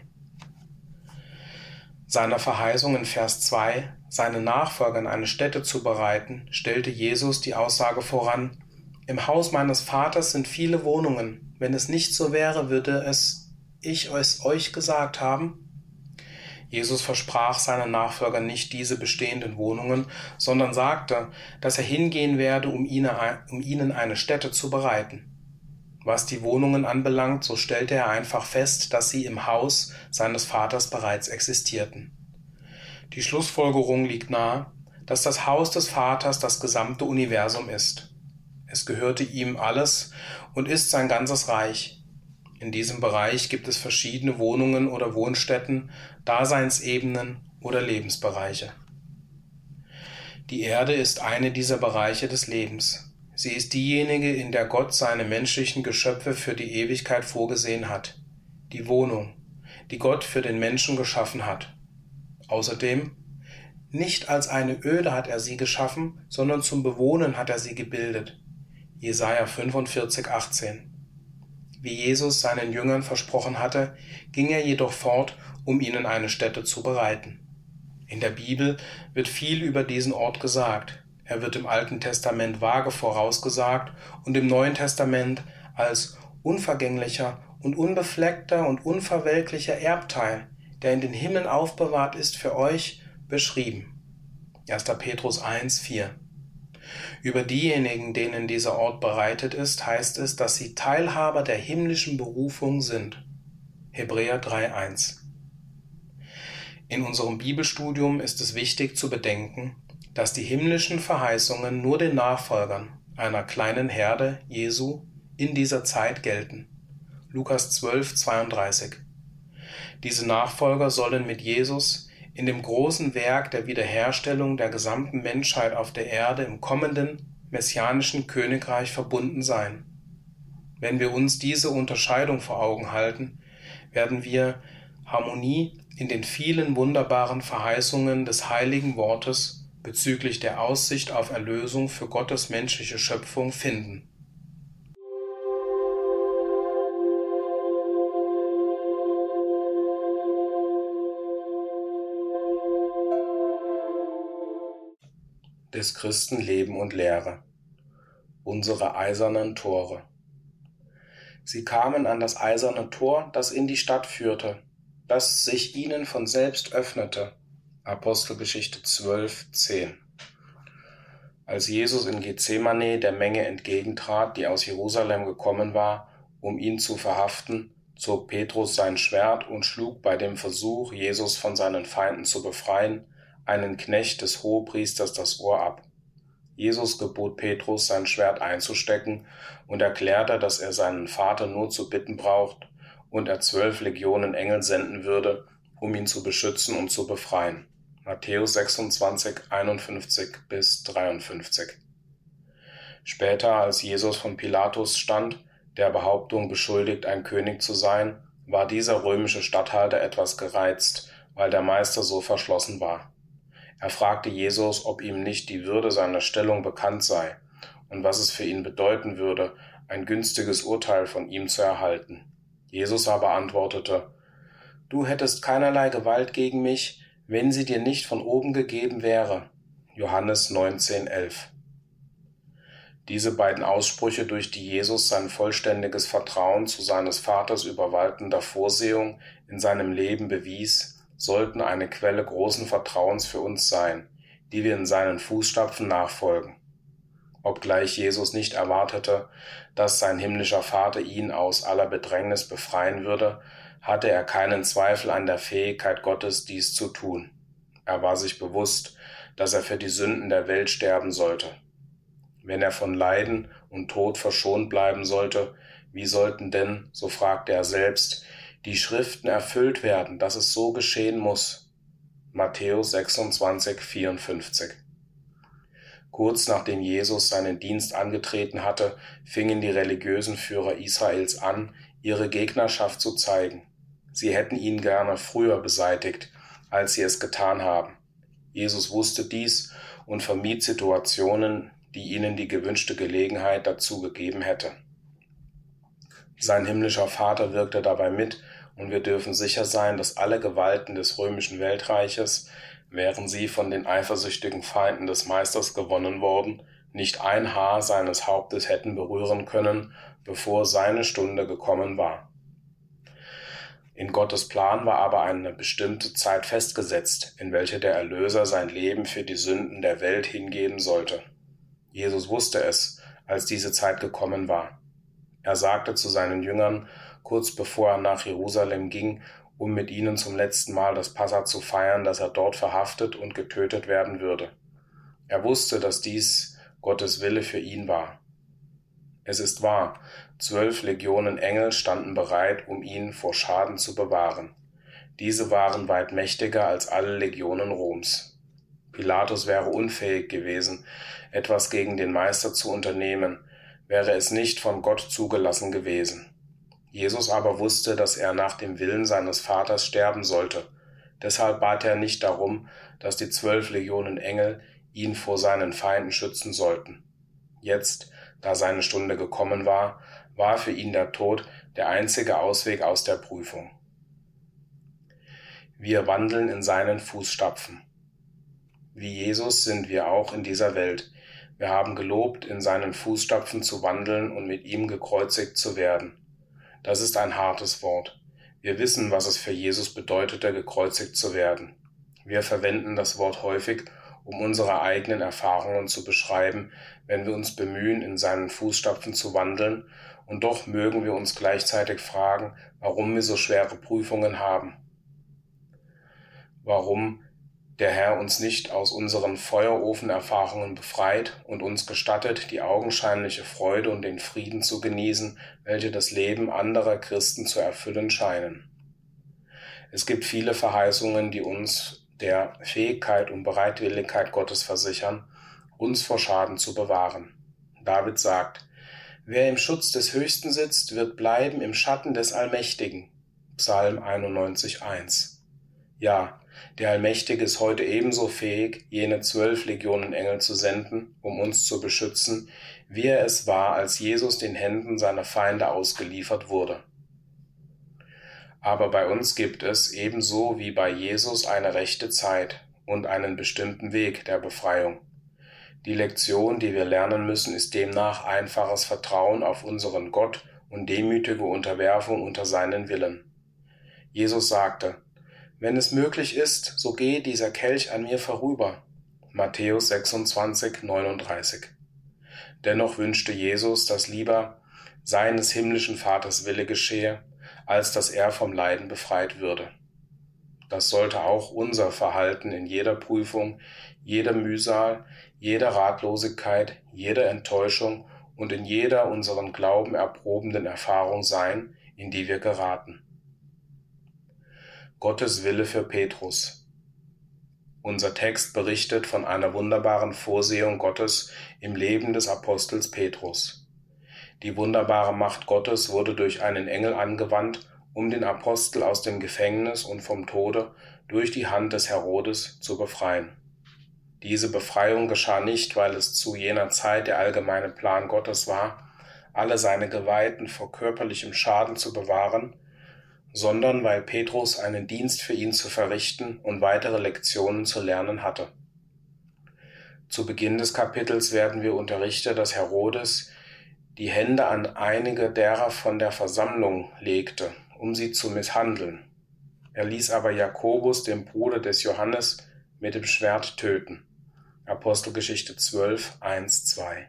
Seiner Verheißung in Vers zwei, seinen Nachfolgern eine Stätte zu bereiten, stellte Jesus die Aussage voran, im Haus meines Vaters sind viele Wohnungen. Wenn es nicht so wäre, würde es ich es euch gesagt haben. Jesus versprach seinen Nachfolgern nicht diese bestehenden Wohnungen, sondern sagte, dass er hingehen werde, um ihnen eine Stätte zu bereiten. Was die Wohnungen anbelangt, so stellte er einfach fest, dass sie im Haus seines Vaters bereits existierten. Die Schlussfolgerung liegt nahe, dass das Haus des Vaters das gesamte Universum ist. Es gehörte ihm alles und ist sein ganzes Reich. In diesem Bereich gibt es verschiedene Wohnungen oder Wohnstätten, Daseinsebenen oder Lebensbereiche. Die Erde ist eine dieser Bereiche des Lebens. Sie ist diejenige, in der Gott seine menschlichen Geschöpfe für die Ewigkeit vorgesehen hat. Die Wohnung, die Gott für den Menschen geschaffen hat. Außerdem, nicht als eine Öde hat er sie geschaffen, sondern zum Bewohnen hat er sie gebildet. Jesaja fünfundvierzig, achtzehn. Wie Jesus seinen Jüngern versprochen hatte, ging er jedoch fort, um ihnen eine Stätte zu bereiten. In der Bibel wird viel über diesen Ort gesagt. Er wird im Alten Testament vage vorausgesagt und im Neuen Testament als unvergänglicher und unbefleckter und unverwelklicher Erbteil, der in den Himmeln aufbewahrt ist für euch, beschrieben. erster Petrus eins, vier. Über diejenigen, denen dieser Ort bereitet ist, heißt es, dass sie Teilhaber der himmlischen Berufung sind. Hebräer drei eins. In unserem Bibelstudium ist es wichtig zu bedenken, dass die himmlischen Verheißungen nur den Nachfolgern einer kleinen Herde Jesu in dieser Zeit gelten. Lukas zwölf zweiunddreißig. Diese Nachfolger sollen mit Jesus in dem großen Werk der Wiederherstellung der gesamten Menschheit auf der Erde im kommenden messianischen Königreich verbunden sein. Wenn wir uns diese Unterscheidung vor Augen halten, werden wir Harmonie in den vielen wunderbaren Verheißungen des heiligen Wortes bezüglich der Aussicht auf Erlösung für Gottes menschliche Schöpfung finden. Des Christen Leben und Lehre. Unsere eisernen Tore. Sie kamen an das eiserne Tor, das in die Stadt führte, das sich ihnen von selbst öffnete. Apostelgeschichte zwölf zehn. Als Jesus in Gethsemane der Menge entgegentrat, die aus Jerusalem gekommen war, um ihn zu verhaften, zog Petrus sein Schwert und schlug bei dem Versuch, Jesus von seinen Feinden zu befreien, einen Knecht des Hohepriesters das Ohr ab. Jesus gebot Petrus, sein Schwert einzustecken und erklärte, dass er seinen Vater nur zu bitten braucht und er zwölf Legionen Engel senden würde, um ihn zu beschützen und zu befreien. Matthäus sechsundzwanzig, einundfünfzig bis dreiundfünfzig. Später, als Jesus von Pilatus stand, der Behauptung beschuldigt, ein König zu sein, war dieser römische Statthalter etwas gereizt, weil der Meister so verschlossen war. Er fragte Jesus, ob ihm nicht die Würde seiner Stellung bekannt sei und was es für ihn bedeuten würde, ein günstiges Urteil von ihm zu erhalten. Jesus aber antwortete: Du hättest keinerlei Gewalt gegen mich, wenn sie dir nicht von oben gegeben wäre. Johannes neunzehn elf. Diese beiden Aussprüche, durch die Jesus sein vollständiges Vertrauen zu seines Vaters überwaltender Vorsehung in seinem Leben bewies, sollten eine Quelle großen Vertrauens für uns sein, die wir in seinen Fußstapfen nachfolgen. Obgleich Jesus nicht erwartete, dass sein himmlischer Vater ihn aus aller Bedrängnis befreien würde, hatte er keinen Zweifel an der Fähigkeit Gottes, dies zu tun. Er war sich bewusst, dass er für die Sünden der Welt sterben sollte. Wenn er von Leiden und Tod verschont bleiben sollte, wie sollten denn, so fragte er selbst, die Schriften erfüllt werden, dass es so geschehen muss? Matthäus sechsundzwanzig vierundfünfzig. Kurz nachdem Jesus seinen Dienst angetreten hatte, fingen die religiösen Führer Israels an, ihre Gegnerschaft zu zeigen. Sie hätten ihn gerne früher beseitigt, als sie es getan haben. Jesus wusste dies und vermied Situationen, die ihnen die gewünschte Gelegenheit dazu gegeben hätte. Sein himmlischer Vater wirkte dabei mit, und wir dürfen sicher sein, dass alle Gewalten des römischen Weltreiches, wären sie von den eifersüchtigen Feinden des Meisters gewonnen worden, nicht ein Haar seines Hauptes hätten berühren können, bevor seine Stunde gekommen war. In Gottes Plan war aber eine bestimmte Zeit festgesetzt, in welcher der Erlöser sein Leben für die Sünden der Welt hingeben sollte. Jesus wusste es, als diese Zeit gekommen war. Er sagte zu seinen Jüngern, kurz bevor er nach Jerusalem ging, um mit ihnen zum letzten Mal das Passa zu feiern, dass er dort verhaftet und getötet werden würde. Er wusste, dass dies Gottes Wille für ihn war. Es ist wahr, zwölf Legionen Engel standen bereit, um ihn vor Schaden zu bewahren. Diese waren weit mächtiger als alle Legionen Roms. Pilatus wäre unfähig gewesen, etwas gegen den Meister zu unternehmen, wäre es nicht von Gott zugelassen gewesen. Jesus aber wusste, dass er nach dem Willen seines Vaters sterben sollte. Deshalb bat er nicht darum, dass die zwölf Legionen Engel ihn vor seinen Feinden schützen sollten. Jetzt, da seine Stunde gekommen war, war für ihn der Tod der einzige Ausweg aus der Prüfung. Wir wandeln in seinen Fußstapfen. Wie Jesus sind wir auch in dieser Welt. Wir haben gelobt, in seinen Fußstapfen zu wandeln und mit ihm gekreuzigt zu werden. Das ist ein hartes Wort. Wir wissen, was es für Jesus bedeutete, gekreuzigt zu werden. Wir verwenden das Wort häufig, um unsere eigenen Erfahrungen zu beschreiben, wenn wir uns bemühen, in seinen Fußstapfen zu wandeln, und doch mögen wir uns gleichzeitig fragen, warum wir so schwere Prüfungen haben. Warum der Herr uns nicht aus unseren Feuerofenerfahrungen befreit und uns gestattet, die augenscheinliche Freude und den Frieden zu genießen, welche das Leben anderer Christen zu erfüllen scheinen. Es gibt viele Verheißungen, die uns der Fähigkeit und Bereitwilligkeit Gottes versichern, uns vor Schaden zu bewahren. David sagt: Wer im Schutz des Höchsten sitzt, wird bleiben im Schatten des Allmächtigen. Psalm einundneunzig, eins. Ja, der Allmächtige ist heute ebenso fähig, jene zwölf Legionen Engel zu senden, um uns zu beschützen, wie er es war, als Jesus den Händen seiner Feinde ausgeliefert wurde. Aber bei uns gibt es, ebenso wie bei Jesus, eine rechte Zeit und einen bestimmten Weg der Befreiung. Die Lektion, die wir lernen müssen, ist demnach einfaches Vertrauen auf unseren Gott und demütige Unterwerfung unter seinen Willen. Jesus sagte: Wenn es möglich ist, so gehe dieser Kelch an mir vorüber. Matthäus sechsundzwanzig, neununddreißig. Dennoch wünschte Jesus, dass lieber seines himmlischen Vaters Wille geschehe, als dass er vom Leiden befreit würde. Das sollte auch unser Verhalten in jeder Prüfung, jeder Mühsal, jeder Ratlosigkeit, jeder Enttäuschung und in jeder unseren Glauben erprobenden Erfahrung sein, in die wir geraten. Gottes Wille für Petrus. Unser Text berichtet von einer wunderbaren Vorsehung Gottes im Leben des Apostels Petrus. Die wunderbare Macht Gottes wurde durch einen Engel angewandt, um den Apostel aus dem Gefängnis und vom Tode durch die Hand des Herodes zu befreien. Diese Befreiung geschah nicht, weil es zu jener Zeit der allgemeine Plan Gottes war, alle seine Geweihten vor körperlichem Schaden zu bewahren, sondern weil Petrus einen Dienst für ihn zu verrichten und weitere Lektionen zu lernen hatte. Zu Beginn des Kapitels werden wir unterrichtet, dass Herodes die Hände an einige derer von der Versammlung legte, um sie zu misshandeln. Er ließ aber Jakobus, den Bruder des Johannes, mit dem Schwert töten. Apostelgeschichte zwölf, eins, zwei.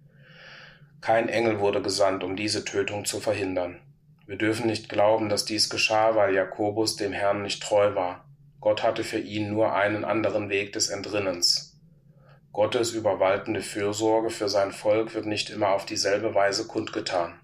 Kein Engel wurde gesandt, um diese Tötung zu verhindern. Wir dürfen nicht glauben, dass dies geschah, weil Jakobus dem Herrn nicht treu war. Gott hatte für ihn nur einen anderen Weg des Entrinnens. Gottes überwaltende Fürsorge für sein Volk wird nicht immer auf dieselbe Weise kundgetan.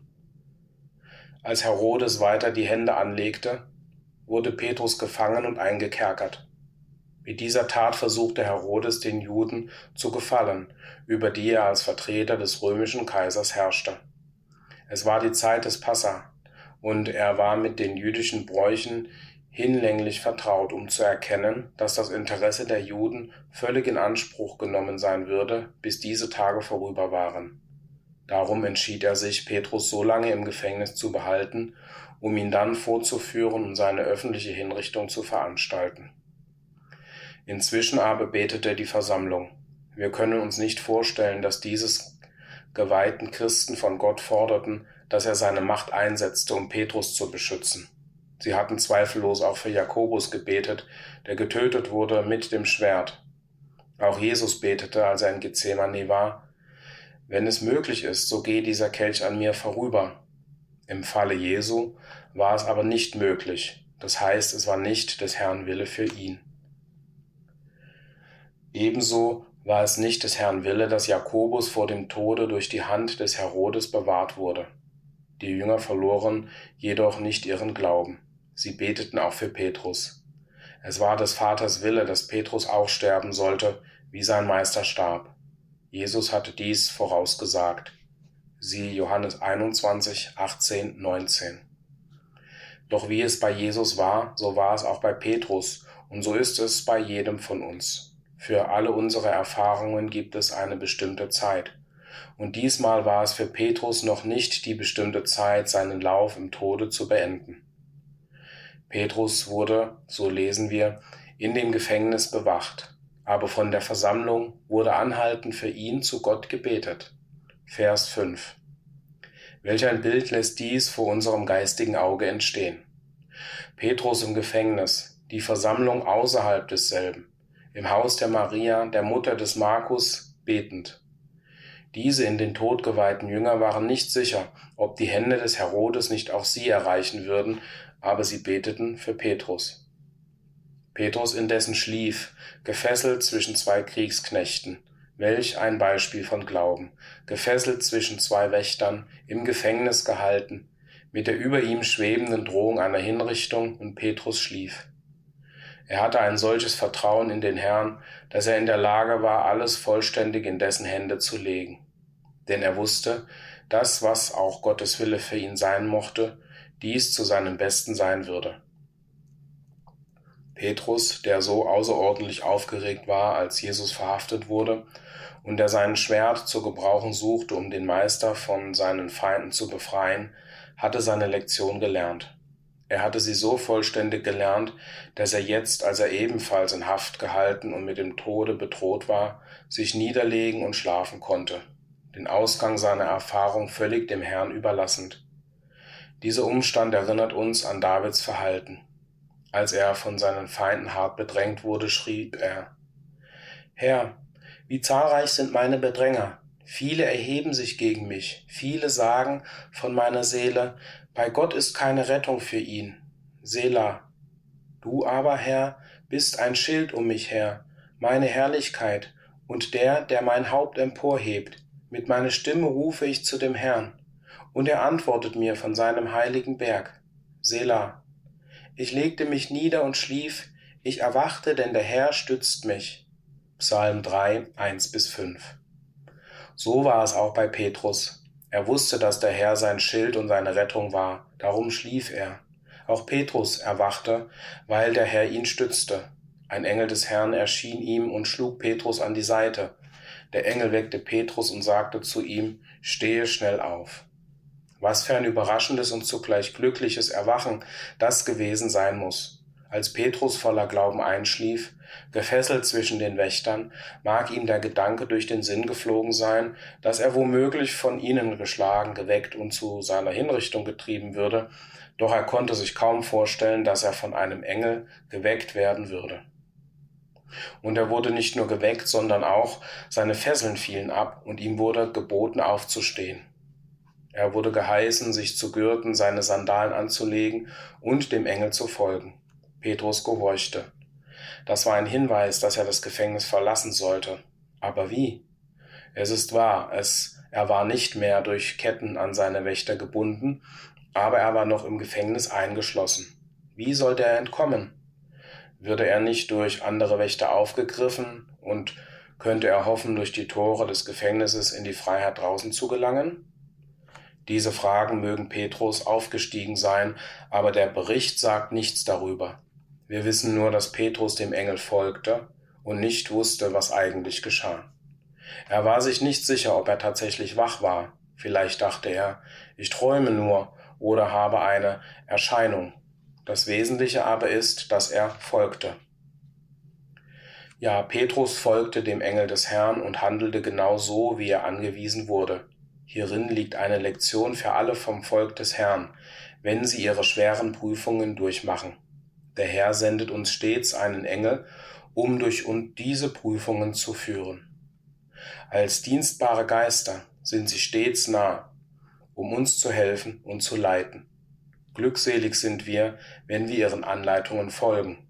Als Herodes weiter die Hände anlegte, wurde Petrus gefangen und eingekerkert. Mit dieser Tat versuchte Herodes, den Juden zu gefallen, über die er als Vertreter des römischen Kaisers herrschte. Es war die Zeit des Passa, und er war mit den jüdischen Bräuchen hinlänglich vertraut, um zu erkennen, dass das Interesse der Juden völlig in Anspruch genommen sein würde, bis diese Tage vorüber waren. Darum entschied er sich, Petrus so lange im Gefängnis zu behalten, um ihn dann vorzuführen und seine öffentliche Hinrichtung zu veranstalten. Inzwischen aber betete die Versammlung: Wir können uns nicht vorstellen, dass dieses geweihten Christen von Gott forderten, dass er seine Macht einsetzte, um Petrus zu beschützen. Sie hatten zweifellos auch für Jakobus gebetet, der getötet wurde mit dem Schwert. Auch Jesus betete, als er in Gethsemane war: Wenn es möglich ist, so gehe dieser Kelch an mir vorüber. Im Falle Jesu war es aber nicht möglich. Das heißt, es war nicht des Herrn Wille für ihn. Ebenso war es nicht des Herrn Wille, dass Jakobus vor dem Tode durch die Hand des Herodes bewahrt wurde. Die Jünger verloren jedoch nicht ihren Glauben. Sie beteten auch für Petrus. Es war des Vaters Wille, dass Petrus auch sterben sollte, wie sein Meister starb. Jesus hatte dies vorausgesagt. Siehe Johannes einundzwanzig, achtzehn, neunzehn. Doch wie es bei Jesus war, so war es auch bei Petrus, und so ist es bei jedem von uns. Für alle unsere Erfahrungen gibt es eine bestimmte Zeit. Und diesmal war es für Petrus noch nicht die bestimmte Zeit, seinen Lauf im Tode zu beenden. Petrus wurde, so lesen wir, in dem Gefängnis bewacht, aber von der Versammlung wurde anhaltend für ihn zu Gott gebetet. Vers fünf. Welch ein Bild lässt dies vor unserem geistigen Auge entstehen. Petrus im Gefängnis, die Versammlung außerhalb desselben. im Haus der Maria, der Mutter des Markus, betend. Diese in den Tod geweihten Jünger waren nicht sicher, ob die Hände des Herodes nicht auch sie erreichen würden, aber sie beteten für Petrus. Petrus indessen schlief, gefesselt zwischen zwei Kriegsknechten. Welch ein Beispiel von Glauben, gefesselt zwischen zwei Wächtern, im Gefängnis gehalten, mit der über ihm schwebenden Drohung einer Hinrichtung, und Petrus schlief. Er hatte ein solches Vertrauen in den Herrn, dass er in der Lage war, alles vollständig in dessen Hände zu legen. Denn er wusste, dass, was auch Gottes Wille für ihn sein mochte, dies zu seinem Besten sein würde. Petrus, der so außerordentlich aufgeregt war, als Jesus verhaftet wurde, und der sein Schwert zu gebrauchen suchte, um den Meister von seinen Feinden zu befreien, hatte seine Lektion gelernt. Er hatte sie so vollständig gelernt, dass er jetzt, als er ebenfalls in Haft gehalten und mit dem Tode bedroht war, sich niederlegen und schlafen konnte, den Ausgang seiner Erfahrung völlig dem Herrn überlassend. Dieser Umstand erinnert uns an Davids Verhalten. Als er von seinen Feinden hart bedrängt wurde, schrieb er: Herr, wie zahlreich sind meine Bedränger! Viele erheben sich gegen mich, viele sagen von meiner Seele, bei Gott ist keine Rettung für ihn. Selah. Du aber, Herr, bist ein Schild um mich her, meine Herrlichkeit und der, der mein Haupt emporhebt. Mit meiner Stimme rufe ich zu dem Herrn, und er antwortet mir von seinem heiligen Berg. Selah. Ich legte mich nieder und schlief, ich erwachte, denn der Herr stützt mich. Psalm drei, eins bis fünf. So war es auch bei Petrus. Er wusste, dass der Herr sein Schild und seine Rettung war, darum schlief er. Auch Petrus erwachte, weil der Herr ihn stützte. Ein Engel des Herrn erschien ihm und schlug Petrus an die Seite. Der Engel weckte Petrus und sagte zu ihm: Stehe schnell auf. Was für ein überraschendes und zugleich glückliches Erwachen das gewesen sein muss. Als Petrus voller Glauben einschlief, gefesselt zwischen den Wächtern, mag ihm der Gedanke durch den Sinn geflogen sein, dass er womöglich von ihnen geschlagen, geweckt und zu seiner Hinrichtung getrieben würde, doch er konnte sich kaum vorstellen, dass er von einem Engel geweckt werden würde. Und er wurde nicht nur geweckt, sondern auch seine Fesseln fielen ab und ihm wurde geboten aufzustehen. Er wurde geheißen, sich zu gürten, seine Sandalen anzulegen und dem Engel zu folgen. Petrus gehorchte. Das war ein Hinweis, dass er das Gefängnis verlassen sollte. Aber wie? Es ist wahr, es, er war nicht mehr durch Ketten an seine Wächter gebunden, aber er war noch im Gefängnis eingeschlossen. Wie sollte er entkommen? Würde er nicht durch andere Wächter aufgegriffen und könnte er hoffen, durch die Tore des Gefängnisses in die Freiheit draußen zu gelangen? Diese Fragen mögen Petrus aufgestiegen sein, aber der Bericht sagt nichts darüber. Wir wissen nur, dass Petrus dem Engel folgte und nicht wusste, was eigentlich geschah. Er war sich nicht sicher, ob er tatsächlich wach war. Vielleicht dachte er, ich träume nur oder habe eine Erscheinung. Das Wesentliche aber ist, dass er folgte. Ja, Petrus folgte dem Engel des Herrn und handelte genau so, wie er angewiesen wurde. Hierin liegt eine Lektion für alle vom Volk des Herrn, wenn sie ihre schweren Prüfungen durchmachen. Der Herr sendet uns stets einen Engel, um durch uns diese Prüfungen zu führen. Als dienstbare Geister sind sie stets nah, um uns zu helfen und zu leiten. Glückselig sind wir, wenn wir ihren Anleitungen folgen.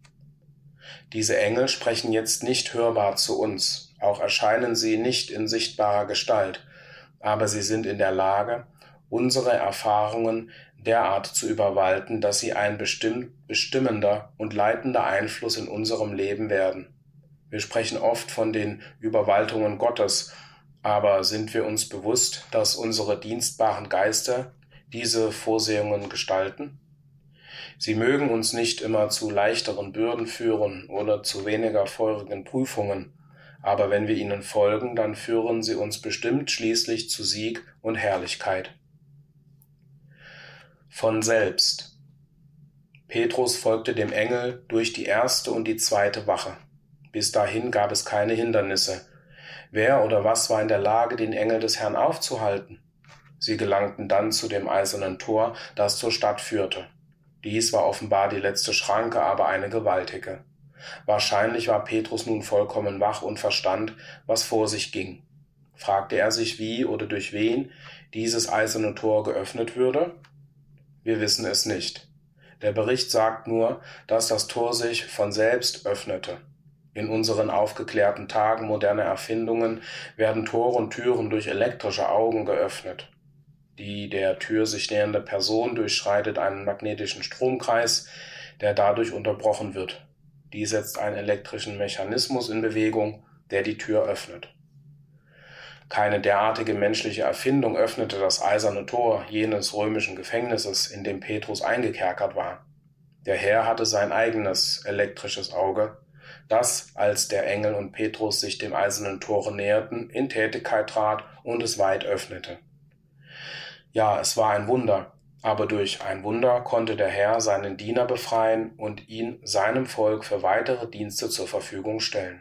Diese Engel sprechen jetzt nicht hörbar zu uns, auch erscheinen sie nicht in sichtbarer Gestalt, aber sie sind in der Lage, unsere Erfahrungen derart zu überwalten, dass sie ein bestimm- bestimmender und leitender Einfluss in unserem Leben werden. Wir sprechen oft von den Überwaltungen Gottes, aber sind wir uns bewusst, dass unsere dienstbaren Geister diese Vorsehungen gestalten? Sie mögen uns nicht immer zu leichteren Bürden führen oder zu weniger feurigen Prüfungen, aber wenn wir ihnen folgen, dann führen sie uns bestimmt schließlich zu Sieg und Herrlichkeit. Von selbst. Petrus folgte dem Engel durch die erste und die zweite Wache. Bis dahin gab es keine Hindernisse. Wer oder was war in der Lage, den Engel des Herrn aufzuhalten? Sie gelangten dann zu dem eisernen Tor, das zur Stadt führte. Dies war offenbar die letzte Schranke, aber eine gewaltige. Wahrscheinlich war Petrus nun vollkommen wach und verstand, was vor sich ging. Fragte er sich, wie oder durch wen dieses eiserne Tor geöffnet würde? Wir wissen es nicht. Der Bericht sagt nur, dass das Tor sich von selbst öffnete. In unseren aufgeklärten Tagen moderner Erfindungen werden Tore und Türen durch elektrische Augen geöffnet. Die der Tür sich nähernde Person durchschreitet einen magnetischen Stromkreis, der dadurch unterbrochen wird. Dies setzt einen elektrischen Mechanismus in Bewegung, der die Tür öffnet. Keine derartige menschliche Erfindung öffnete das eiserne Tor jenes römischen Gefängnisses, in dem Petrus eingekerkert war. Der Herr hatte sein eigenes elektrisches Auge, das, als der Engel und Petrus sich dem eisernen Tore näherten, in Tätigkeit trat und es weit öffnete. Ja, es war ein Wunder, aber durch ein Wunder konnte der Herr seinen Diener befreien und ihn seinem Volk für weitere Dienste zur Verfügung stellen.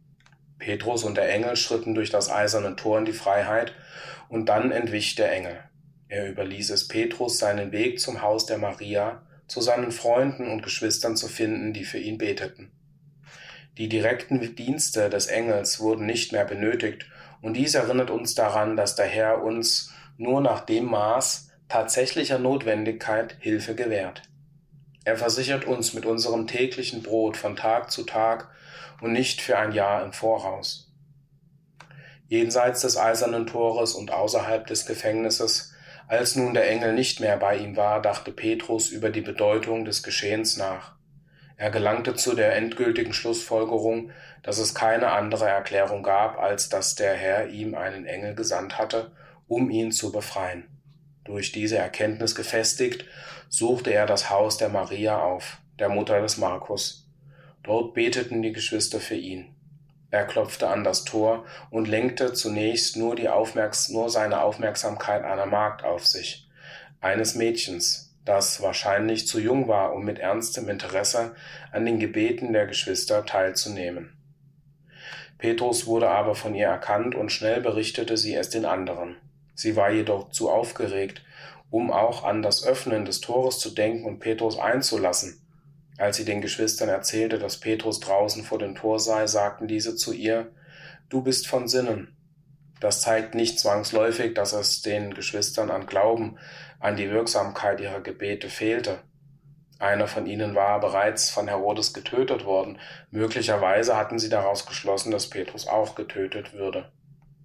Petrus und der Engel schritten durch das eiserne Tor in die Freiheit, und dann entwich der Engel. Er überließ es Petrus, seinen Weg zum Haus der Maria, zu seinen Freunden und Geschwistern zu finden, die für ihn beteten. Die direkten Dienste des Engels wurden nicht mehr benötigt, und dies erinnert uns daran, dass der Herr uns nur nach dem Maß tatsächlicher Notwendigkeit Hilfe gewährt. Er versichert uns mit unserem täglichen Brot von Tag zu Tag und nicht für ein Jahr im Voraus. Jenseits des eisernen Tores und außerhalb des Gefängnisses, als nun der Engel nicht mehr bei ihm war, dachte Petrus über die Bedeutung des Geschehens nach. Er gelangte zu der endgültigen Schlussfolgerung, dass es keine andere Erklärung gab, als dass der Herr ihm einen Engel gesandt hatte, um ihn zu befreien. Durch diese Erkenntnis gefestigt, suchte er das Haus der Maria auf, der Mutter des Markus. Dort beteten die Geschwister für ihn. Er klopfte an das Tor und lenkte zunächst nur, die Aufmerks- nur seine Aufmerksamkeit einer Magd auf sich, eines Mädchens, das wahrscheinlich zu jung war, um mit ernstem Interesse an den Gebeten der Geschwister teilzunehmen. Petrus wurde aber von ihr erkannt und schnell berichtete sie es den anderen. Sie war jedoch zu aufgeregt, um auch an das Öffnen des Tores zu denken und Petrus einzulassen. Als sie den Geschwistern erzählte, dass Petrus draußen vor dem Tor sei, sagten diese zu ihr: »Du bist von Sinnen.« Das zeigt nicht zwangsläufig, dass es den Geschwistern an Glauben, an die Wirksamkeit ihrer Gebete fehlte. Einer von ihnen war bereits von Herodes getötet worden. Möglicherweise hatten sie daraus geschlossen, dass Petrus auch getötet würde.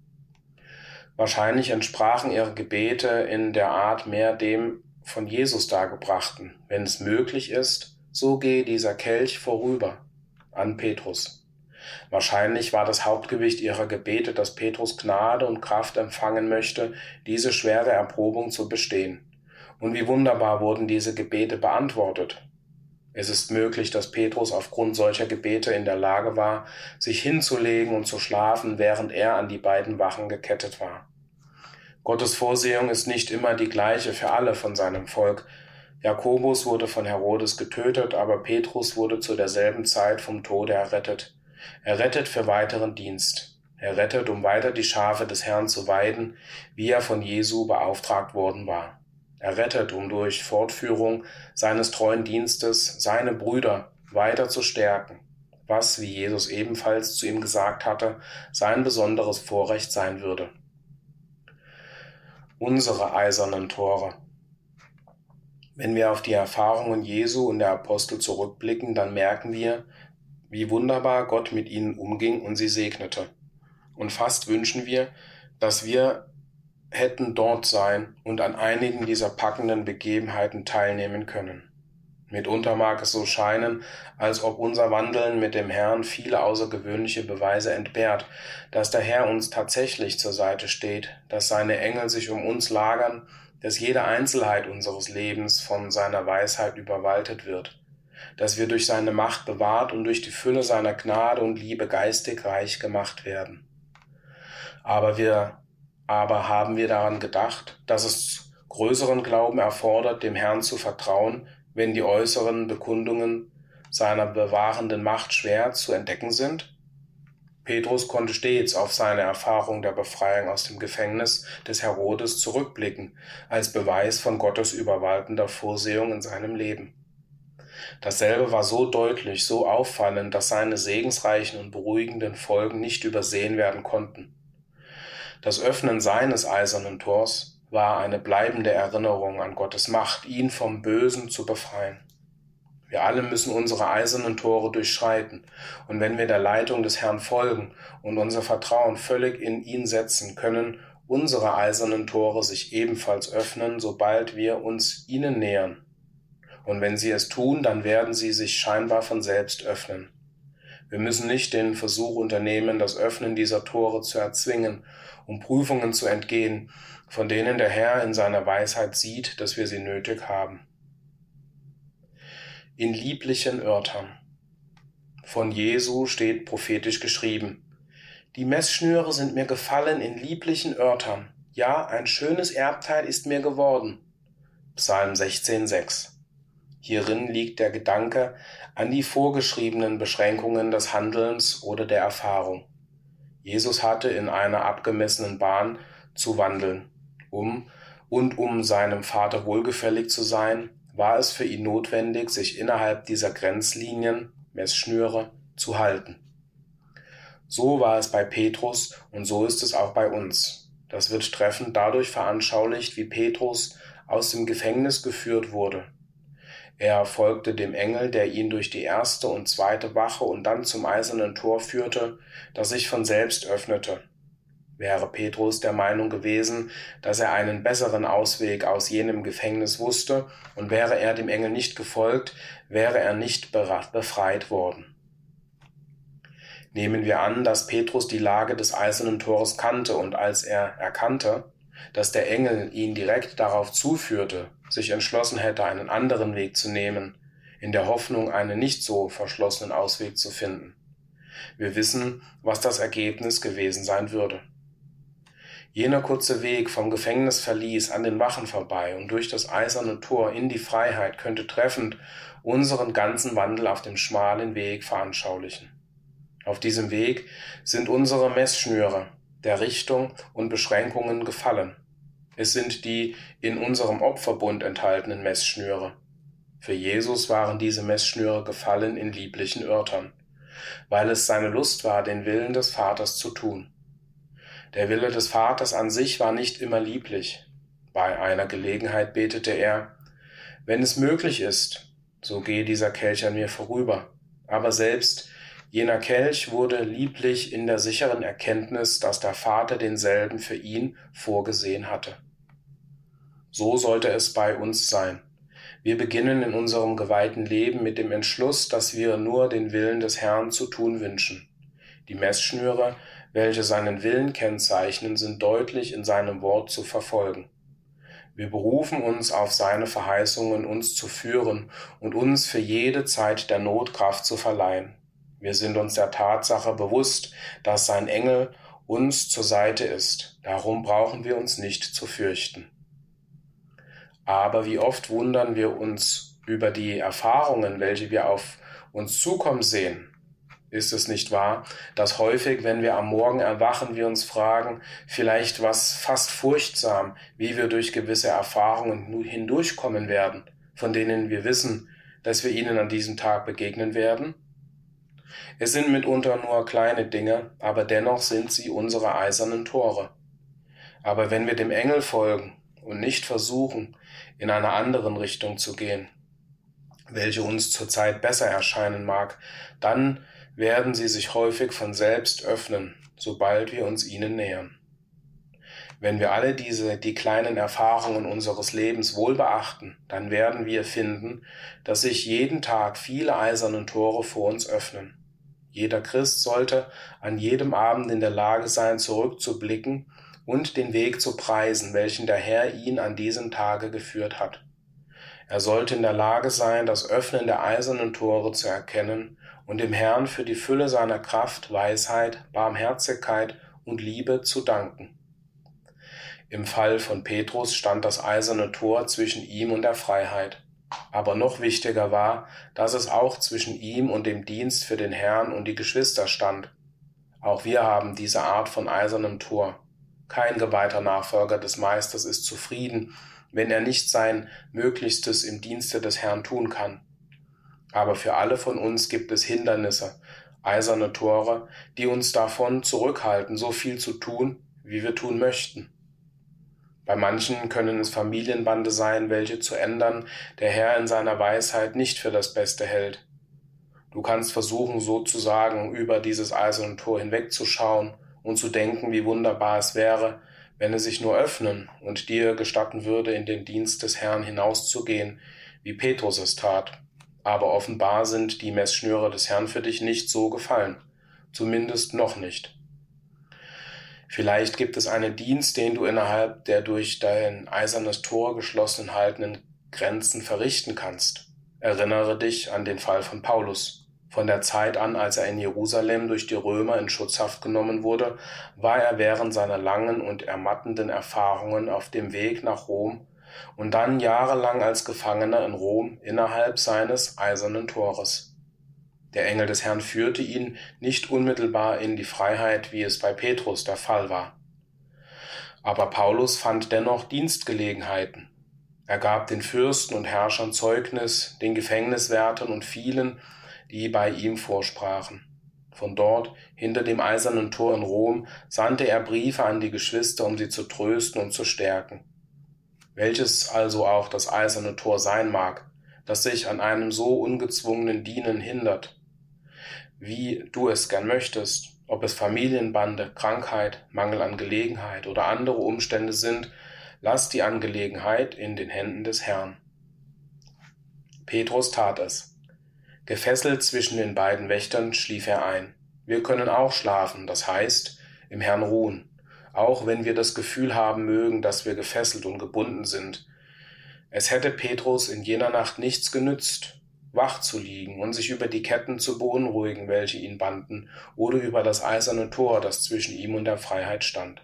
Wahrscheinlich entsprachen ihre Gebete in der Art mehr dem von Jesus dargebrachten: Wenn es möglich ist, so gehe dieser Kelch vorüber, an Petrus. Wahrscheinlich war das Hauptgewicht ihrer Gebete, dass Petrus Gnade und Kraft empfangen möchte, diese schwere Erprobung zu bestehen. Und wie wunderbar wurden diese Gebete beantwortet. Es ist möglich, dass Petrus aufgrund solcher Gebete in der Lage war, sich hinzulegen und zu schlafen, während er an die beiden Wachen gekettet war. Gottes Vorsehung ist nicht immer die gleiche für alle von seinem Volk. Jakobus wurde von Herodes getötet, aber Petrus wurde zu derselben Zeit vom Tode errettet. Er rettet für weiteren Dienst. Er rettet, um weiter die Schafe des Herrn zu weiden, wie er von Jesu beauftragt worden war. Er rettet, um durch Fortführung seines treuen Dienstes seine Brüder weiter zu stärken, was, wie Jesus ebenfalls zu ihm gesagt hatte, sein besonderes Vorrecht sein würde. Unsere eisernen Tore. Wenn wir auf die Erfahrungen Jesu und der Apostel zurückblicken, dann merken wir, wie wunderbar Gott mit ihnen umging und sie segnete. Und fast wünschen wir, dass wir hätten dort sein und an einigen dieser packenden Begebenheiten teilnehmen können. Mitunter mag es so scheinen, als ob unser Wandeln mit dem Herrn viele außergewöhnliche Beweise entbehrt, dass der Herr uns tatsächlich zur Seite steht, dass seine Engel sich um uns lagern, dass jede Einzelheit unseres Lebens von seiner Weisheit überwaltet wird, dass wir durch seine Macht bewahrt und durch die Fülle seiner Gnade und Liebe geistig reich gemacht werden. Aber wir, aber haben wir daran gedacht, dass es größeren Glauben erfordert, dem Herrn zu vertrauen, wenn die äußeren Bekundungen seiner bewahrenden Macht schwer zu entdecken sind? Petrus konnte stets auf seine Erfahrung der Befreiung aus dem Gefängnis des Herodes zurückblicken, als Beweis von Gottes überwaltender Vorsehung in seinem Leben. Dasselbe war so deutlich, so auffallend, dass seine segensreichen und beruhigenden Folgen nicht übersehen werden konnten. Das Öffnen seines eisernen Tors war eine bleibende Erinnerung an Gottes Macht, ihn vom Bösen zu befreien. Wir alle müssen unsere eisernen Tore durchschreiten, und wenn wir der Leitung des Herrn folgen und unser Vertrauen völlig in ihn setzen, können unsere eisernen Tore sich ebenfalls öffnen, sobald wir uns ihnen nähern. Und wenn sie es tun, dann werden sie sich scheinbar von selbst öffnen. Wir müssen nicht den Versuch unternehmen, das Öffnen dieser Tore zu erzwingen, um Prüfungen zu entgehen, von denen der Herr in seiner Weisheit sieht, dass wir sie nötig haben. In lieblichen Örtern. Von Jesu steht prophetisch geschrieben: Die Messschnüre sind mir gefallen in lieblichen Örtern. Ja, ein schönes Erbteil ist mir geworden. Psalm sechzehn, sechs. Hierin liegt der Gedanke an die vorgeschriebenen Beschränkungen des Handelns oder der Erfahrung. Jesus hatte in einer abgemessenen Bahn zu wandeln, um und um seinem Vater wohlgefällig zu sein, war es für ihn notwendig, sich innerhalb dieser Grenzlinien, Messschnüre, zu halten. So war es bei Petrus und so ist es auch bei uns. Das wird treffend dadurch veranschaulicht, wie Petrus aus dem Gefängnis geführt wurde. Er folgte dem Engel, der ihn durch die erste und zweite Wache und dann zum eisernen Tor führte, das sich von selbst öffnete. Wäre Petrus der Meinung gewesen, dass er einen besseren Ausweg aus jenem Gefängnis wusste, und wäre er dem Engel nicht gefolgt, wäre er nicht befreit worden. Nehmen wir an, dass Petrus die Lage des eisernen Tores kannte und als er erkannte, dass der Engel ihn direkt darauf zuführte, sich entschlossen hätte, einen anderen Weg zu nehmen, in der Hoffnung, einen nicht so verschlossenen Ausweg zu finden. Wir wissen, was das Ergebnis gewesen sein würde. Jener kurze Weg vom Gefängnisverlies an den Wachen vorbei und durch das eiserne Tor in die Freiheit könnte treffend unseren ganzen Wandel auf dem schmalen Weg veranschaulichen. Auf diesem Weg sind unsere Messschnüre der Richtung und Beschränkungen gefallen. Es sind die in unserem Opferbund enthaltenen Messschnüre. Für Jesus waren diese Messschnüre gefallen in lieblichen Örtern, weil es seine Lust war, den Willen des Vaters zu tun. Der Wille des Vaters an sich war nicht immer lieblich. Bei einer Gelegenheit betete er: Wenn es möglich ist, so gehe dieser Kelch an mir vorüber. Aber selbst jener Kelch wurde lieblich in der sicheren Erkenntnis, dass der Vater denselben für ihn vorgesehen hatte. So sollte es bei uns sein. Wir beginnen in unserem geweihten Leben mit dem Entschluss, dass wir nur den Willen des Herrn zu tun wünschen. Die Messschnüre, welche seinen Willen kennzeichnen, sind deutlich in seinem Wort zu verfolgen. Wir berufen uns auf seine Verheißungen, uns zu führen und uns für jede Zeit der Not Kraft zu verleihen. Wir sind uns der Tatsache bewusst, dass sein Engel uns zur Seite ist. Darum brauchen wir uns nicht zu fürchten. Aber wie oft wundern wir uns über die Erfahrungen, welche wir auf uns zukommen sehen. Ist es nicht wahr, dass häufig, wenn wir am Morgen erwachen, wir uns fragen, vielleicht was fast furchtsam, wie wir durch gewisse Erfahrungen hindurchkommen werden, von denen wir wissen, dass wir ihnen an diesem Tag begegnen werden? Es sind mitunter nur kleine Dinge, aber dennoch sind sie unsere eisernen Tore. Aber wenn wir dem Engel folgen und nicht versuchen, in einer anderen Richtung zu gehen, welche uns zurzeit besser erscheinen mag, dann werden sie sich häufig von selbst öffnen, sobald wir uns ihnen nähern. Wenn wir alle diese, die kleinen Erfahrungen unseres Lebens wohl beachten, dann werden wir finden, dass sich jeden Tag viele eiserne Tore vor uns öffnen. Jeder Christ sollte an jedem Abend in der Lage sein, zurückzublicken und den Weg zu preisen, welchen der Herr ihn an diesem Tage geführt hat. Er sollte in der Lage sein, das Öffnen der eisernen Tore zu erkennen und dem Herrn für die Fülle seiner Kraft, Weisheit, Barmherzigkeit und Liebe zu danken. Im Fall von Petrus stand das eiserne Tor zwischen ihm und der Freiheit. Aber noch wichtiger war, dass es auch zwischen ihm und dem Dienst für den Herrn und die Geschwister stand. Auch wir haben diese Art von eisernem Tor. Kein geweihter Nachfolger des Meisters ist zufrieden, wenn er nicht sein Möglichstes im Dienste des Herrn tun kann. Aber für alle von uns gibt es Hindernisse, eiserne Tore, die uns davon zurückhalten, so viel zu tun, wie wir tun möchten. Bei manchen können es Familienbande sein, welche zu ändern der Herr in seiner Weisheit nicht für das Beste hält. Du kannst versuchen, sozusagen über dieses eiserne Tor hinwegzuschauen und zu denken, wie wunderbar es wäre, wenn es sich nur öffnen und dir gestatten würde, in den Dienst des Herrn hinauszugehen, wie Petrus es tat. Aber offenbar sind die Messschnüre des Herrn für dich nicht so gefallen, zumindest noch nicht. Vielleicht gibt es einen Dienst, den du innerhalb der durch dein eisernes Tor geschlossen haltenden Grenzen verrichten kannst. Erinnere dich an den Fall von Paulus. Von der Zeit an, als er in Jerusalem durch die Römer in Schutzhaft genommen wurde, war er während seiner langen und ermattenden Erfahrungen auf dem Weg nach Rom und dann jahrelang als Gefangener in Rom innerhalb seines eisernen Tores. Der Engel des Herrn führte ihn nicht unmittelbar in die Freiheit, wie es bei Petrus der Fall war. Aber Paulus fand dennoch Dienstgelegenheiten. Er gab den Fürsten und Herrschern Zeugnis, den Gefängniswärtern und vielen, die bei ihm vorsprachen. Von dort, hinter dem eisernen Tor in Rom, sandte er Briefe an die Geschwister, um sie zu trösten und zu stärken. Welches also auch das eiserne Tor sein mag, das sich an einem so ungezwungenen Dienen hindert, wie du es gern möchtest, ob es Familienbande, Krankheit, Mangel an Gelegenheit oder andere Umstände sind, lass die Angelegenheit in den Händen des Herrn. Petrus tat es. Gefesselt zwischen den beiden Wächtern schlief er ein. Wir können auch schlafen, das heißt, im Herrn ruhen, auch wenn wir das Gefühl haben mögen, dass wir gefesselt und gebunden sind. Es hätte Petrus in jener Nacht nichts genützt, wach zu liegen und sich über die Ketten zu beunruhigen, welche ihn banden, oder über das eiserne Tor, das zwischen ihm und der Freiheit stand.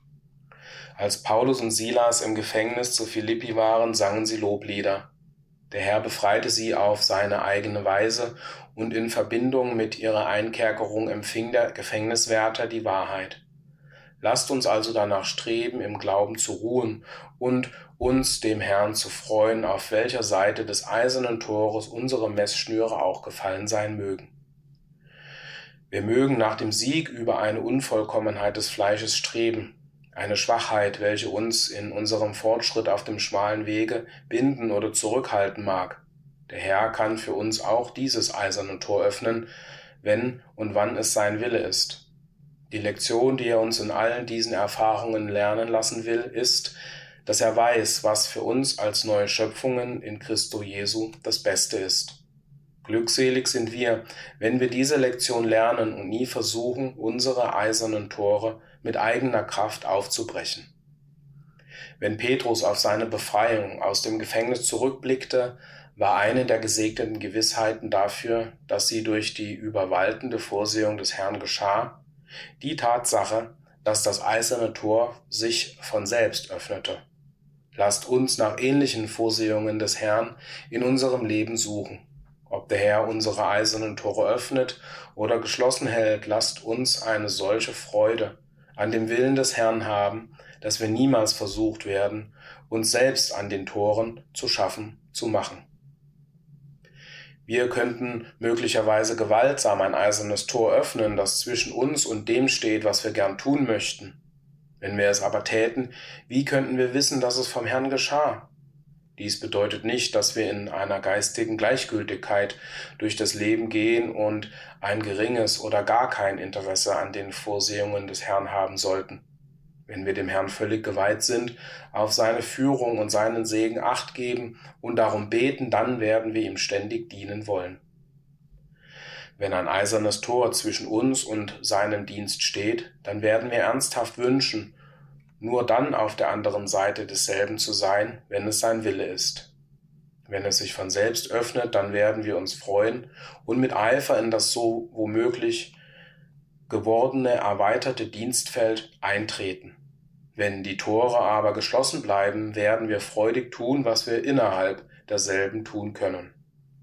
Als Paulus und Silas im Gefängnis zu Philippi waren, sangen sie Loblieder. Der Herr befreite sie auf seine eigene Weise und in Verbindung mit ihrer Einkerkerung empfing der Gefängniswärter die Wahrheit. Lasst uns also danach streben, im Glauben zu ruhen und uns dem Herrn zu freuen, auf welcher Seite des eisernen Tores unsere Messschnüre auch gefallen sein mögen. Wir mögen nach dem Sieg über eine Unvollkommenheit des Fleisches streben, eine Schwachheit, welche uns in unserem Fortschritt auf dem schmalen Wege binden oder zurückhalten mag. Der Herr kann für uns auch dieses eiserne Tor öffnen, wenn und wann es sein Wille ist. Die Lektion, die er uns in allen diesen Erfahrungen lernen lassen will, ist, dass er weiß, was für uns als neue Schöpfungen in Christo Jesu das Beste ist. Glückselig sind wir, wenn wir diese Lektion lernen und nie versuchen, unsere eisernen Tore mit eigener Kraft aufzubrechen. Wenn Petrus auf seine Befreiung aus dem Gefängnis zurückblickte, war eine der gesegneten Gewissheiten dafür, dass sie durch die überwaltende Vorsehung des Herrn geschah, die Tatsache, dass das eiserne Tor sich von selbst öffnete. Lasst uns nach ähnlichen Vorsehungen des Herrn in unserem Leben suchen. Ob der Herr unsere eisernen Tore öffnet oder geschlossen hält, lasst uns eine solche Freude an dem Willen des Herrn haben, dass wir niemals versucht werden, uns selbst an den Toren zu schaffen, zu machen. Wir könnten möglicherweise gewaltsam ein eisernes Tor öffnen, das zwischen uns und dem steht, was wir gern tun möchten. Wenn wir es aber täten, wie könnten wir wissen, dass es vom Herrn geschah? Dies bedeutet nicht, dass wir in einer geistigen Gleichgültigkeit durch das Leben gehen und ein geringes oder gar kein Interesse an den Vorsehungen des Herrn haben sollten. Wenn wir dem Herrn völlig geweiht sind, auf seine Führung und seinen Segen Acht geben und darum beten, dann werden wir ihm ständig dienen wollen. Wenn ein eisernes Tor zwischen uns und seinem Dienst steht, dann werden wir ernsthaft wünschen, nur dann auf der anderen Seite desselben zu sein, wenn es sein Wille ist. Wenn es sich von selbst öffnet, dann werden wir uns freuen und mit Eifer in das so womöglich gewordene erweiterte Dienstfeld eintreten. Wenn die Tore aber geschlossen bleiben, werden wir freudig tun, was wir innerhalb derselben tun können.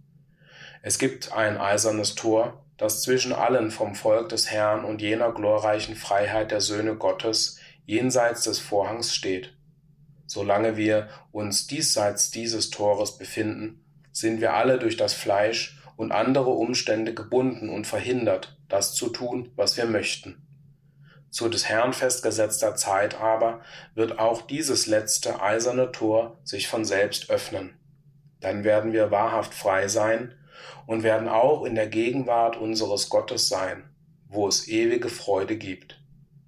Es gibt ein eisernes Tor, das zwischen allen vom Volk des Herrn und jener glorreichen Freiheit der Söhne Gottes jenseits des Vorhangs steht. Solange wir uns diesseits dieses Tores befinden, sind wir alle durch das Fleisch und andere Umstände gebunden und verhindert, das zu tun, was wir möchten. Zu des Herrn festgesetzter Zeit aber wird auch dieses letzte eiserne Tor sich von selbst öffnen. Dann werden wir wahrhaft frei sein und werden auch in der Gegenwart unseres Gottes sein, wo es ewige Freude gibt.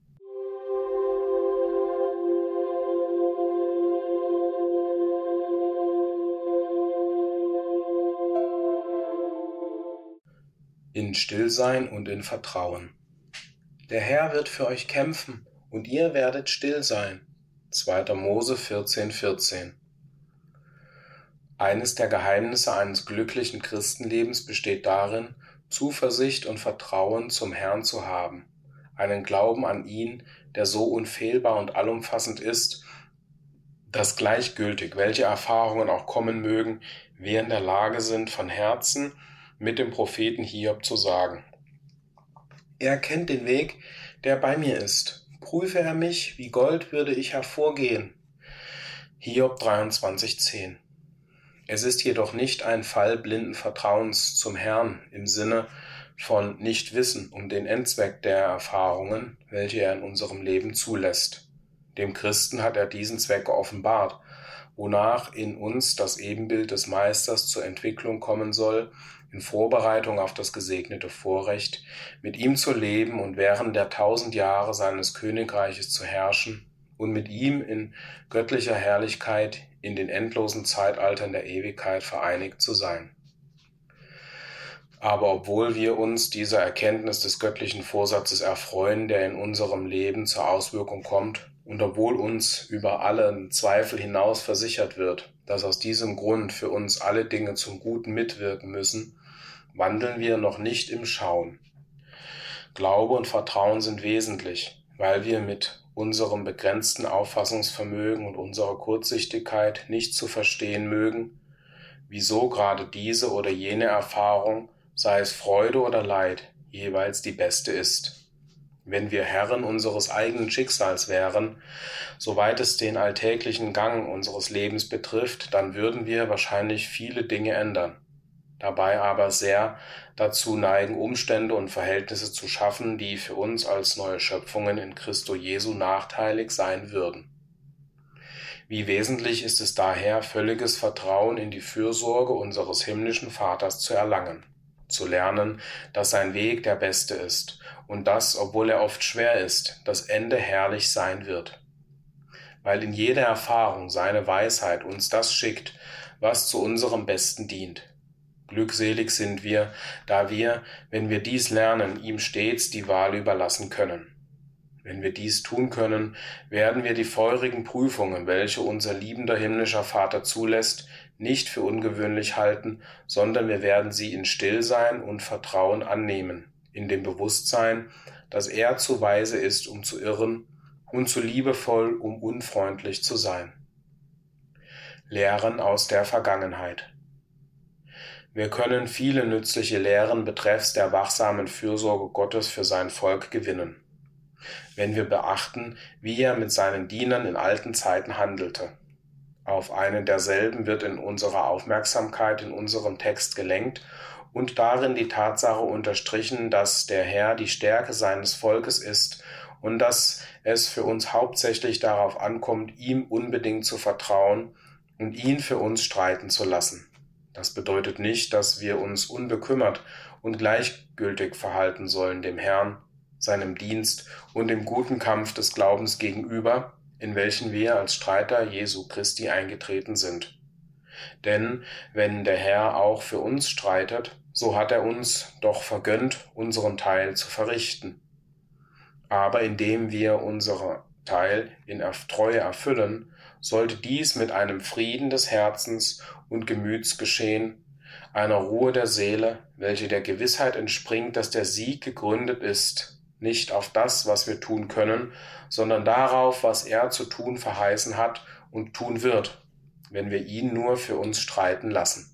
In Stillsein und in Vertrauen. Der Herr wird für euch kämpfen, und ihr werdet still sein. zweiter Mose vierzehn, vierzehn. Eines der Geheimnisse eines glücklichen Christenlebens besteht darin, Zuversicht und Vertrauen zum Herrn zu haben, einen Glauben an ihn, der so unfehlbar und allumfassend ist, dass gleichgültig, welche Erfahrungen auch kommen mögen, wir in der Lage sind, von Herzen mit dem Propheten Hiob zu sagen: Er kennt den Weg, der bei mir ist. Prüfe er mich, wie Gold würde ich hervorgehen. Hiob dreiundzwanzig, zehn. Es ist jedoch nicht ein Fall blinden Vertrauens zum Herrn im Sinne von Nichtwissen um den Endzweck der Erfahrungen, welche er in unserem Leben zulässt. Dem Christen hat er diesen Zweck offenbart, wonach in uns das Ebenbild des Meisters zur Entwicklung kommen soll, in Vorbereitung auf das gesegnete Vorrecht, mit ihm zu leben und während der tausend Jahre seines Königreiches zu herrschen und mit ihm in göttlicher Herrlichkeit in den endlosen Zeitaltern der Ewigkeit vereinigt zu sein. Aber obwohl wir uns dieser Erkenntnis des göttlichen Vorsatzes erfreuen, der in unserem Leben zur Auswirkung kommt, und obwohl uns über allen Zweifel hinaus versichert wird, dass aus diesem Grund für uns alle Dinge zum Guten mitwirken müssen, wandeln wir noch nicht im Schauen. Glaube und Vertrauen sind wesentlich, weil wir mit unserem begrenzten Auffassungsvermögen und unserer Kurzsichtigkeit nicht zu verstehen mögen, wieso gerade diese oder jene Erfahrung, sei es Freude oder Leid, jeweils die beste ist. Wenn wir Herren unseres eigenen Schicksals wären, soweit es den alltäglichen Gang unseres Lebens betrifft, dann würden wir wahrscheinlich viele Dinge ändern, dabei aber sehr dazu neigen, Umstände und Verhältnisse zu schaffen, die für uns als neue Schöpfungen in Christo Jesu nachteilig sein würden. Wie wesentlich ist es daher, völliges Vertrauen in die Fürsorge unseres himmlischen Vaters zu erlangen, zu lernen, dass sein Weg der beste ist und dass, obwohl er oft schwer ist, das Ende herrlich sein wird. Weil in jeder Erfahrung seine Weisheit uns das schickt, was zu unserem Besten dient. Glückselig sind wir, da wir, wenn wir dies lernen, ihm stets die Wahl überlassen können. Wenn wir dies tun können, werden wir die feurigen Prüfungen, welche unser liebender himmlischer Vater zulässt, nicht für ungewöhnlich halten, sondern wir werden sie in Stillsein und Vertrauen annehmen, in dem Bewusstsein, dass er zu weise ist, um zu irren, und zu liebevoll, um unfreundlich zu sein. Lehren aus der Vergangenheit. Wir können viele nützliche Lehren betreffs der wachsamen Fürsorge Gottes für sein Volk gewinnen, wenn wir beachten, wie er mit seinen Dienern in alten Zeiten handelte. Auf einen derselben wird in unserer Aufmerksamkeit in unserem Text gelenkt und darin die Tatsache unterstrichen, dass der Herr die Stärke seines Volkes ist und dass es für uns hauptsächlich darauf ankommt, ihm unbedingt zu vertrauen und ihn für uns streiten zu lassen. Das bedeutet nicht, dass wir uns unbekümmert und gleichgültig verhalten sollen dem Herrn, seinem Dienst und dem guten Kampf des Glaubens gegenüber, in welchen wir als Streiter Jesu Christi eingetreten sind. Denn wenn der Herr auch für uns streitet, so hat er uns doch vergönnt, unseren Teil zu verrichten. Aber indem wir unseren Teil in Treue erfüllen, sollte dies mit einem Frieden des Herzens und Gemüts geschehen, einer Ruhe der Seele, welche der Gewissheit entspringt, dass der Sieg gegründet ist, nicht auf das, was wir tun können, sondern darauf, was er zu tun verheißen hat und tun wird, wenn wir ihn nur für uns streiten lassen.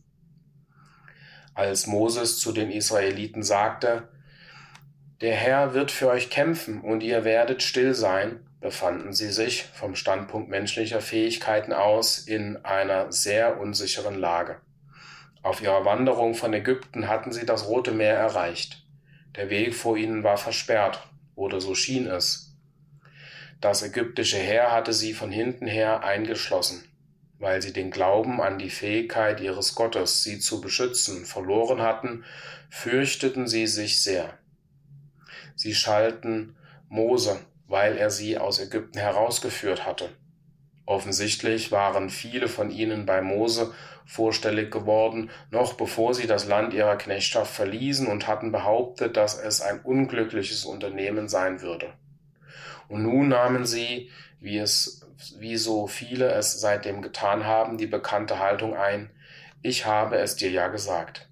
Als Moses zu den Israeliten sagte: Der Herr wird für euch kämpfen und ihr werdet still sein, befanden sie sich vom Standpunkt menschlicher Fähigkeiten aus in einer sehr unsicheren Lage. Auf ihrer Wanderung von Ägypten hatten sie das Rote Meer erreicht. Der Weg vor ihnen war versperrt, oder so schien es. Das ägyptische Heer hatte sie von hinten her eingeschlossen. Weil sie den Glauben an die Fähigkeit ihres Gottes, sie zu beschützen, verloren hatten, fürchteten sie sich sehr. Sie schalten Mose, weil er sie aus Ägypten herausgeführt hatte. Offensichtlich waren viele von ihnen bei Mose vorstellig geworden, noch bevor sie das Land ihrer Knechtschaft verließen, und hatten behauptet, dass es ein unglückliches Unternehmen sein würde. Und nun nahmen sie, wie es, wie so viele es seitdem getan haben, die bekannte Haltung ein: Ich habe es dir ja gesagt.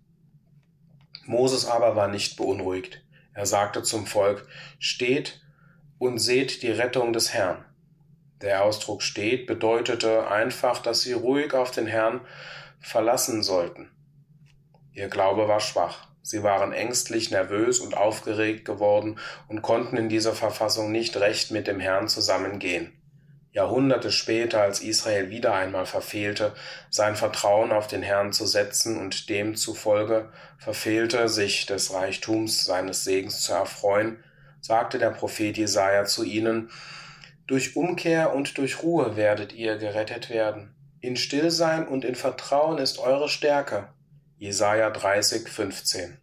Moses aber war nicht beunruhigt. Er sagte zum Volk: Steht und seht die Rettung des Herrn. Der Ausdruck steht bedeutete einfach, dass sie ruhig auf den Herrn verlassen sollten. Ihr Glaube war schwach. Sie waren ängstlich, nervös und aufgeregt geworden und konnten in dieser Verfassung nicht recht mit dem Herrn zusammengehen. Jahrhunderte später, als Israel wieder einmal verfehlte, sein Vertrauen auf den Herrn zu setzen und demzufolge verfehlte, sich des Reichtums seines Segens zu erfreuen, sagte der Prophet Jesaja zu ihnen: Durch Umkehr und durch Ruhe werdet ihr gerettet werden. In Stillsein und in Vertrauen ist eure Stärke. Jesaja dreißig, fünfzehn.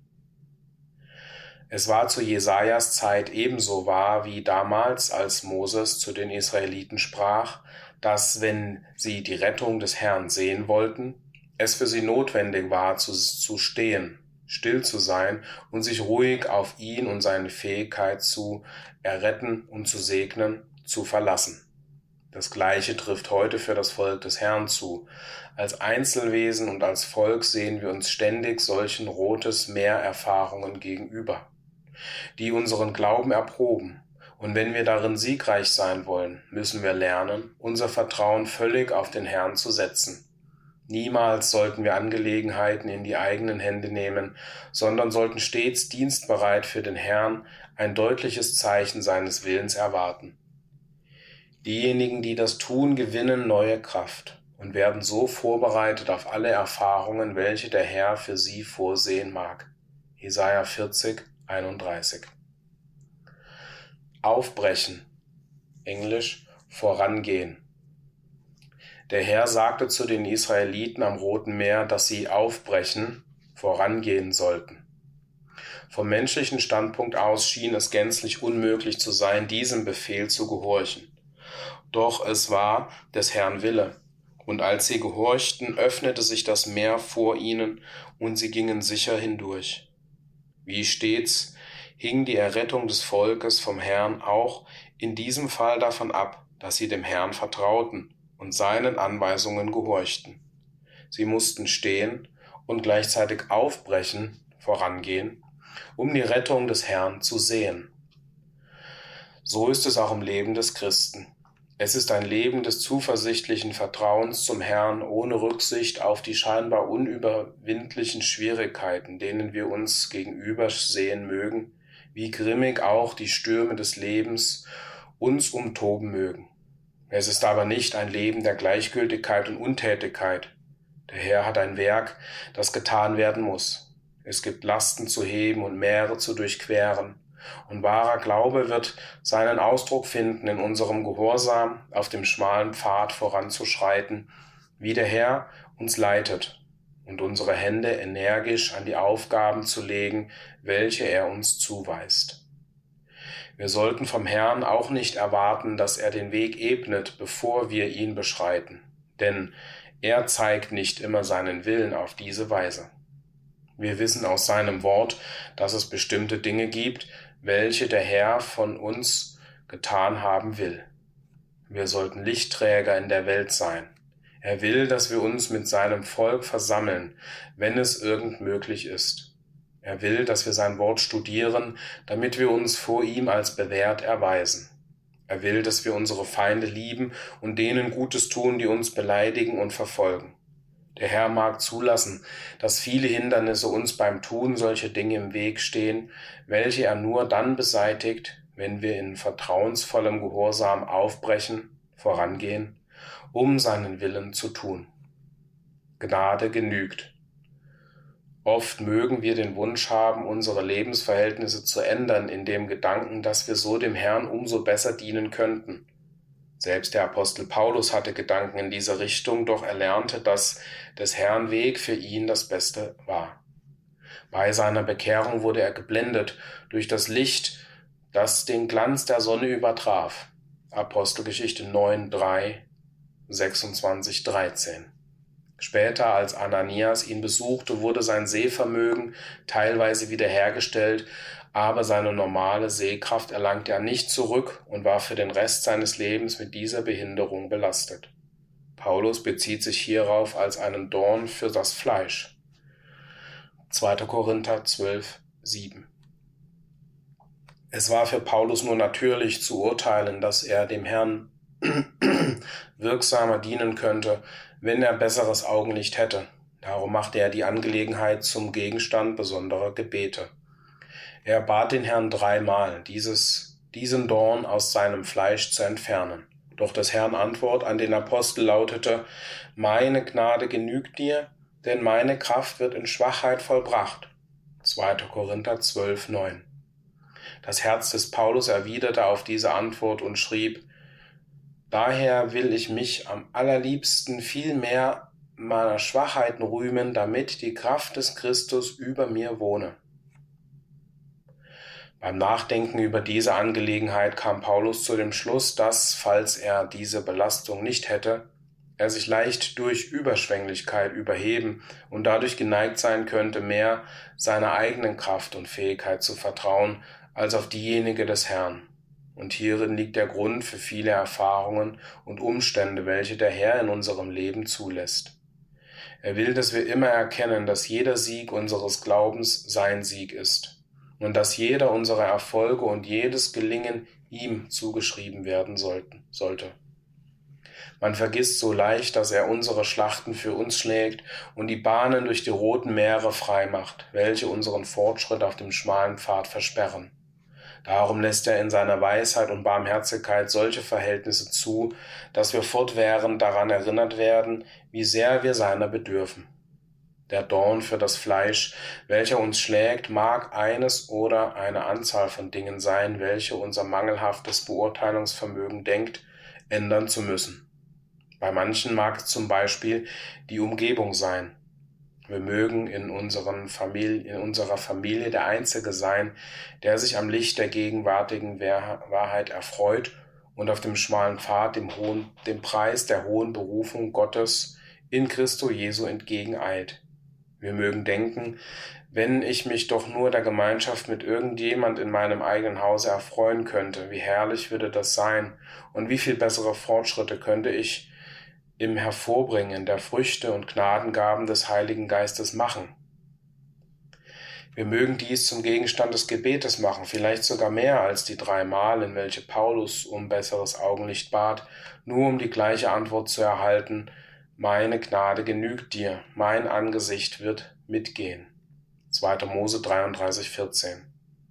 Es war zu Jesajas Zeit ebenso wahr wie damals, als Moses zu den Israeliten sprach, dass, wenn sie die Rettung des Herrn sehen wollten, es für sie notwendig war, zu, zu stehen, still zu sein und sich ruhig auf ihn und seine Fähigkeit zu erretten und zu segnen, zu verlassen. Das Gleiche trifft heute für das Volk des Herrn zu. Als Einzelwesen und als Volk sehen wir uns ständig solchen Rotes Meer-Erfahrungen gegenüber, die unseren Glauben erproben. Und wenn wir darin siegreich sein wollen, müssen wir lernen, unser Vertrauen völlig auf den Herrn zu setzen. Niemals sollten wir Angelegenheiten in die eigenen Hände nehmen, sondern sollten stets dienstbereit für den Herrn ein deutliches Zeichen seines Willens erwarten. Diejenigen, die das tun, gewinnen neue Kraft und werden so vorbereitet auf alle Erfahrungen, welche der Herr für sie vorsehen mag. Jesaja vierzig, einunddreißig. Aufbrechen, Englisch vorangehen. Der Herr sagte zu den Israeliten am Roten Meer, dass sie aufbrechen, vorangehen sollten. Vom menschlichen Standpunkt aus schien es gänzlich unmöglich zu sein, diesem Befehl zu gehorchen. Doch es war des Herrn Wille, und als sie gehorchten, öffnete sich das Meer vor ihnen, und sie gingen sicher hindurch. Wie stets hing die Errettung des Volkes vom Herrn auch in diesem Fall davon ab, dass sie dem Herrn vertrauten und seinen Anweisungen gehorchten. Sie mussten stehen und gleichzeitig aufbrechen, vorangehen, um die Rettung des Herrn zu sehen. So ist es auch im Leben des Christen. Es ist ein Leben des zuversichtlichen Vertrauens zum Herrn ohne Rücksicht auf die scheinbar unüberwindlichen Schwierigkeiten, denen wir uns gegenüber sehen mögen, wie grimmig auch die Stürme des Lebens uns umtoben mögen. Es ist aber nicht ein Leben der Gleichgültigkeit und Untätigkeit. Der Herr hat ein Werk, das getan werden muss. Es gibt Lasten zu heben und Meere zu durchqueren. Und wahrer Glaube wird seinen Ausdruck finden, in unserem Gehorsam auf dem schmalen Pfad voranzuschreiten, wie der Herr uns leitet, und unsere Hände energisch an die Aufgaben zu legen, welche er uns zuweist. Wir sollten vom Herrn auch nicht erwarten, dass er den Weg ebnet, bevor wir ihn beschreiten, denn er zeigt nicht immer seinen Willen auf diese Weise. Wir wissen aus seinem Wort, dass es bestimmte Dinge gibt, welche der Herr von uns getan haben will. Wir sollten Lichtträger in der Welt sein. Er will, dass wir uns mit seinem Volk versammeln, wenn es irgend möglich ist. Er will, dass wir sein Wort studieren, damit wir uns vor ihm als bewährt erweisen. Er will, dass wir unsere Feinde lieben und denen Gutes tun, die uns beleidigen und verfolgen. Der Herr mag zulassen, dass viele Hindernisse uns beim Tun solcher Dinge im Weg stehen, welche er nur dann beseitigt, wenn wir in vertrauensvollem Gehorsam aufbrechen, vorangehen, um seinen Willen zu tun. Gnade genügt. Oft mögen wir den Wunsch haben, unsere Lebensverhältnisse zu ändern, in dem Gedanken, dass wir so dem Herrn umso besser dienen könnten. Selbst der Apostel Paulus hatte Gedanken in diese Richtung, doch er lernte, dass des Herrn Weg für ihn das Beste war. Bei seiner Bekehrung wurde er geblendet durch das Licht, das den Glanz der Sonne übertraf. Apostelgeschichte neun, drei, sechsundzwanzig, dreizehn. Später, als Ananias ihn besuchte, wurde sein Sehvermögen teilweise wiederhergestellt, aber seine normale Sehkraft erlangte er nicht zurück und war für den Rest seines Lebens mit dieser Behinderung belastet. Paulus bezieht sich hierauf als einen Dorn für das Fleisch. zweiter Korinther zwölf, sieben. Es war für Paulus nur natürlich zu urteilen, dass er dem Herrn wirksamer dienen könnte, wenn er besseres Augenlicht hätte. Darum machte er die Angelegenheit zum Gegenstand besonderer Gebete. Er bat den Herrn dreimal, dieses, diesen Dorn aus seinem Fleisch zu entfernen. Doch des Herrn Antwort an den Apostel lautete: Meine Gnade genügt dir, denn meine Kraft wird in Schwachheit vollbracht. zweiter Korinther zwölf, neun. Das Herz des Paulus erwiderte auf diese Antwort und schrieb: Daher will ich mich am allerliebsten viel mehr meiner Schwachheiten rühmen, damit die Kraft des Christus über mir wohne. Beim Nachdenken über diese Angelegenheit kam Paulus zu dem Schluss, dass, falls er diese Belastung nicht hätte, er sich leicht durch Überschwänglichkeit überheben und dadurch geneigt sein könnte, mehr seiner eigenen Kraft und Fähigkeit zu vertrauen, als auf diejenige des Herrn. Und hierin liegt der Grund für viele Erfahrungen und Umstände, welche der Herr in unserem Leben zulässt. Er will, dass wir immer erkennen, dass jeder Sieg unseres Glaubens sein Sieg ist und dass jeder unserer Erfolge und jedes Gelingen ihm zugeschrieben werden sollten, sollte. Man vergisst so leicht, dass er unsere Schlachten für uns schlägt und die Bahnen durch die roten Meere frei macht, welche unseren Fortschritt auf dem schmalen Pfad versperren. Darum lässt er in seiner Weisheit und Barmherzigkeit solche Verhältnisse zu, dass wir fortwährend daran erinnert werden, wie sehr wir seiner bedürfen. Der Dorn für das Fleisch, welcher uns schlägt, mag eines oder eine Anzahl von Dingen sein, welche unser mangelhaftes Beurteilungsvermögen denkt, ändern zu müssen. Bei manchen mag es zum Beispiel die Umgebung sein. Wir mögen in, unseren Familie, in unserer Familie der Einzige sein, der sich am Licht der gegenwärtigen Wahrheit erfreut und auf dem schmalen Pfad dem, hohen, dem Preis der hohen Berufung Gottes in Christo Jesu entgegeneilt. Wir mögen denken, wenn ich mich doch nur der Gemeinschaft mit irgendjemand in meinem eigenen Hause erfreuen könnte, wie herrlich würde das sein und wie viel bessere Fortschritte könnte ich im Hervorbringen der Früchte und Gnadengaben des Heiligen Geistes machen. Wir mögen dies zum Gegenstand des Gebetes machen, vielleicht sogar mehr als die drei Mal, in welche Paulus um besseres Augenlicht bat, nur um die gleiche Antwort zu erhalten: Meine Gnade genügt dir, mein Angesicht wird mitgehen. zweiter Mose dreiunddreißig, vierzehn.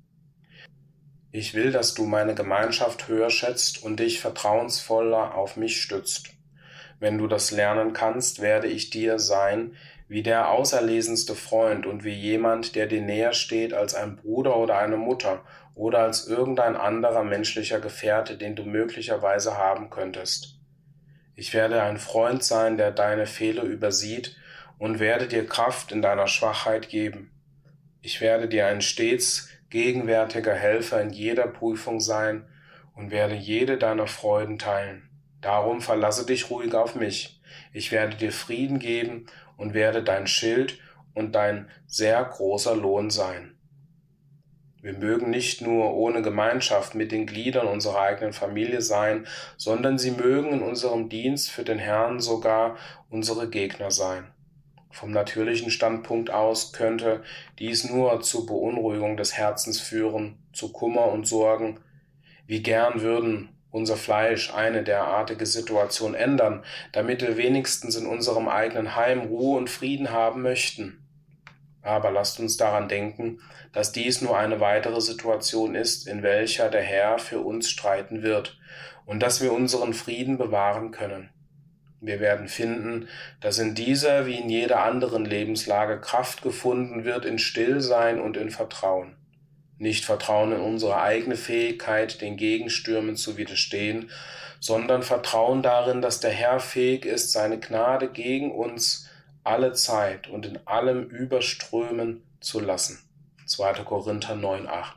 Ich will, dass du meine Gemeinschaft höher schätzt und dich vertrauensvoller auf mich stützt. Wenn du das lernen kannst, werde ich dir sein wie der auserlesenste Freund und wie jemand, der dir näher steht als ein Bruder oder eine Mutter oder als irgendein anderer menschlicher Gefährte, den du möglicherweise haben könntest. Ich werde ein Freund sein, der deine Fehler übersieht und werde dir Kraft in deiner Schwachheit geben. Ich werde dir ein stets gegenwärtiger Helfer in jeder Prüfung sein und werde jede deiner Freuden teilen. Darum verlasse dich ruhig auf mich. Ich werde dir Frieden geben und werde dein Schild und dein sehr großer Lohn sein. Wir mögen nicht nur ohne Gemeinschaft mit den Gliedern unserer eigenen Familie sein, sondern sie mögen in unserem Dienst für den Herrn sogar unsere Gegner sein. Vom natürlichen Standpunkt aus könnte dies nur zu Beunruhigung des Herzens führen, zu Kummer und Sorgen. Wie gern würden unser Fleisch eine derartige Situation ändern, damit wir wenigstens in unserem eigenen Heim Ruhe und Frieden haben möchten. Aber lasst uns daran denken, dass dies nur eine weitere Situation ist, in welcher der Herr für uns streiten wird und dass wir unseren Frieden bewahren können. Wir werden finden, dass in dieser wie in jeder anderen Lebenslage Kraft gefunden wird in Stillsein und in Vertrauen. Nicht Vertrauen in unsere eigene Fähigkeit, den Gegenstürmen zu widerstehen, sondern Vertrauen darin, dass der Herr fähig ist, seine Gnade gegen uns alle Zeit und in allem überströmen zu lassen. zweiter Korinther neun, acht.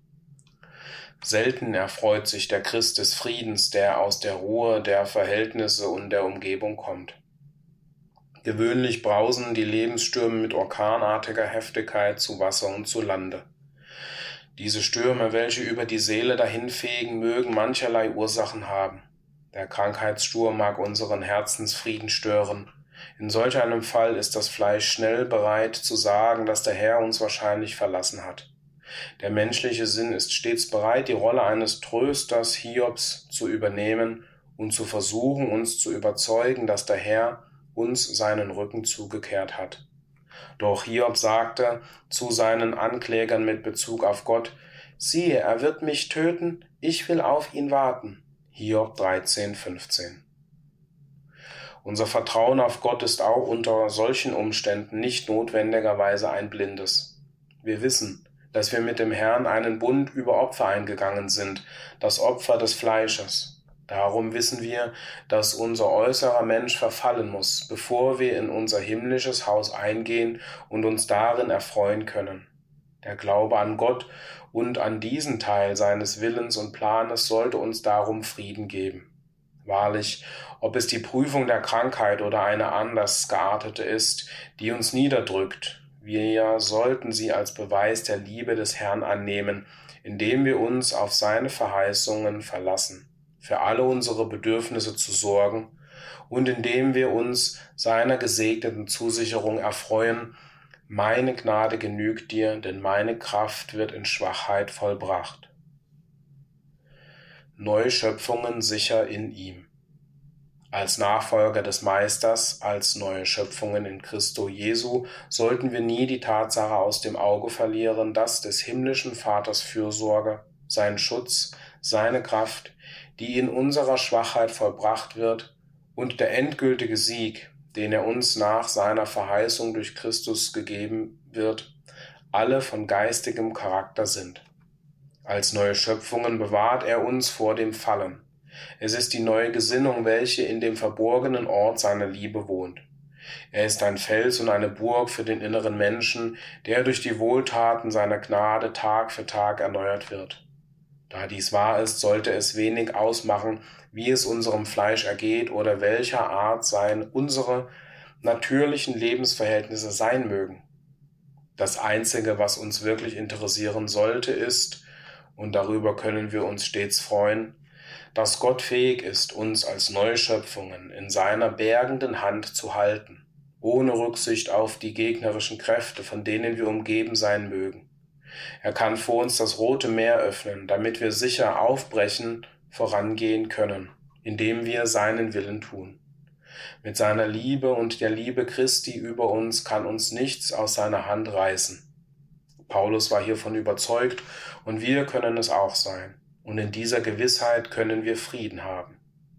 Selten erfreut sich der Christ des Friedens, der aus der Ruhe der Verhältnisse und der Umgebung kommt. Gewöhnlich brausen die Lebensstürme mit orkanartiger Heftigkeit zu Wasser und zu Lande. Diese Stürme, welche über die Seele dahinfegen, mögen mancherlei Ursachen haben. Der Krankheitssturm mag unseren Herzensfrieden stören. In solch einem Fall ist das Fleisch schnell bereit zu sagen, dass der Herr uns wahrscheinlich verlassen hat. Der menschliche Sinn ist stets bereit, die Rolle eines Trösters Hiobs zu übernehmen und zu versuchen, uns zu überzeugen, dass der Herr uns seinen Rücken zugekehrt hat. Doch Hiob sagte zu seinen Anklägern mit Bezug auf Gott: Siehe, er wird mich töten, ich will auf ihn warten. Hiob dreizehn, fünfzehn. Unser Vertrauen auf Gott ist auch unter solchen Umständen nicht notwendigerweise ein blindes. Wir wissen, dass wir mit dem Herrn einen Bund über Opfer eingegangen sind, das Opfer des Fleisches. Darum wissen wir, dass unser äußerer Mensch verfallen muss, bevor wir in unser himmlisches Haus eingehen und uns darin erfreuen können. Der Glaube an Gott und an diesen Teil seines Willens und Planes sollte uns darum Frieden geben. Wahrlich, ob es die Prüfung der Krankheit oder eine anders geartete ist, die uns niederdrückt, wir sollten sie als Beweis der Liebe des Herrn annehmen, indem wir uns auf seine Verheißungen verlassen, für alle unsere Bedürfnisse zu sorgen und indem wir uns seiner gesegneten Zusicherung erfreuen: Meine Gnade genügt dir, denn meine Kraft wird in Schwachheit vollbracht. Neuschöpfungen sicher in ihm. Als Nachfolger des Meisters, als neue Schöpfungen in Christo Jesu, sollten wir nie die Tatsache aus dem Auge verlieren, dass des himmlischen Vaters Fürsorge, sein Schutz, seine Kraft, die in unserer Schwachheit vollbracht wird, und der endgültige Sieg, den er uns nach seiner Verheißung durch Christus gegeben wird, alle von geistigem Charakter sind. Als neue Schöpfungen bewahrt er uns vor dem Fallen. Es ist die neue Gesinnung, welche in dem verborgenen Ort seiner Liebe wohnt. Er ist ein Fels und eine Burg für den inneren Menschen, der durch die Wohltaten seiner Gnade Tag für Tag erneuert wird. Da dies wahr ist, sollte es wenig ausmachen, wie es unserem Fleisch ergeht oder welcher Art sein unsere natürlichen Lebensverhältnisse sein mögen. Das Einzige, was uns wirklich interessieren sollte, ist, und darüber können wir uns stets freuen, dass Gott fähig ist, uns als Neuschöpfungen in seiner bergenden Hand zu halten, ohne Rücksicht auf die gegnerischen Kräfte, von denen wir umgeben sein mögen. Er kann vor uns das Rote Meer öffnen, damit wir sicher aufbrechen, vorangehen können, indem wir seinen Willen tun. Mit seiner Liebe und der Liebe Christi über uns kann uns nichts aus seiner Hand reißen. Paulus war hiervon überzeugt und wir können es auch sein. Und in dieser Gewissheit können wir Frieden haben.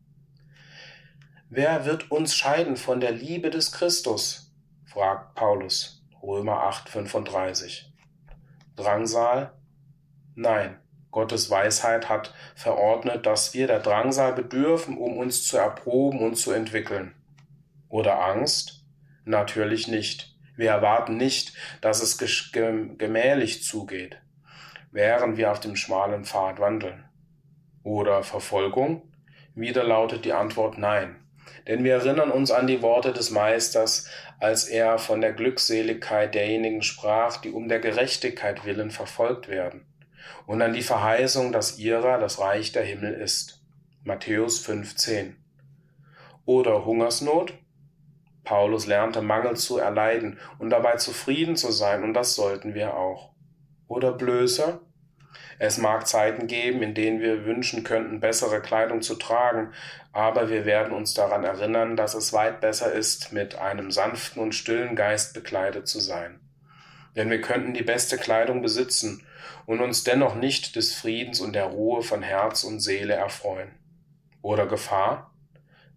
Wer wird uns scheiden von der Liebe des Christus? Fragt Paulus, Römer acht, fünfunddreißig. Drangsal? Nein, Gottes Weisheit hat verordnet, dass wir der Drangsal bedürfen, um uns zu erproben und zu entwickeln. Oder Angst? Natürlich nicht. Wir erwarten nicht, dass es gemächlich zugeht, während wir auf dem schmalen Pfad wandeln. Oder Verfolgung? Wieder lautet die Antwort nein. Denn wir erinnern uns an die Worte des Meisters, als er von der Glückseligkeit derjenigen sprach, die um der Gerechtigkeit willen verfolgt werden, und an die Verheißung, dass ihrer das Reich der Himmel ist. Matthäus fünf, zehn. Oder Hungersnot? Paulus lernte Mangel zu erleiden und dabei zufrieden zu sein, und das sollten wir auch. Oder Blöße? Es mag Zeiten geben, in denen wir wünschen könnten, bessere Kleidung zu tragen, aber wir werden uns daran erinnern, dass es weit besser ist, mit einem sanften und stillen Geist bekleidet zu sein. Denn wir könnten die beste Kleidung besitzen und uns dennoch nicht des Friedens und der Ruhe von Herz und Seele erfreuen. Oder Gefahr?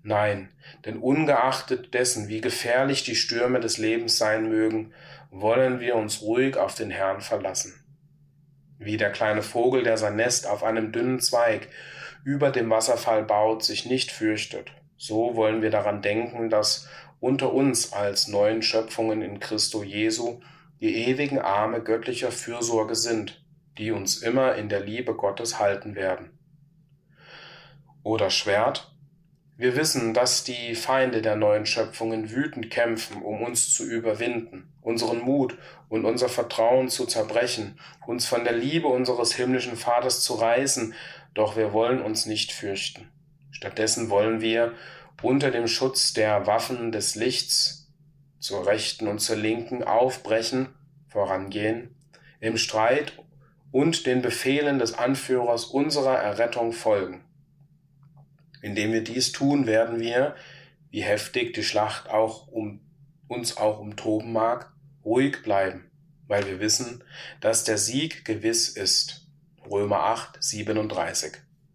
Nein, denn ungeachtet dessen, wie gefährlich die Stürme des Lebens sein mögen, wollen wir uns ruhig auf den Herrn verlassen. Wie der kleine Vogel, der sein Nest auf einem dünnen Zweig über dem Wasserfall baut, sich nicht fürchtet, so wollen wir daran denken, dass unter uns als neuen Schöpfungen in Christo Jesu die ewigen Arme göttlicher Fürsorge sind, die uns immer in der Liebe Gottes halten werden. Oder Schwert: Wir wissen, dass die Feinde der neuen Schöpfungen wütend kämpfen, um uns zu überwinden, unseren Mut und unser Vertrauen zu zerbrechen, uns von der Liebe unseres himmlischen Vaters zu reißen, doch wir wollen uns nicht fürchten. Stattdessen wollen wir unter dem Schutz der Waffen des Lichts zur Rechten und zur Linken aufbrechen, vorangehen, im Streit und den Befehlen des Anführers unserer Errettung folgen. Indem wir dies tun, werden wir, wie heftig die Schlacht auch um uns auch umtoben mag, ruhig bleiben, weil wir wissen, dass der Sieg gewiss ist. Römer acht, siebenunddreißig.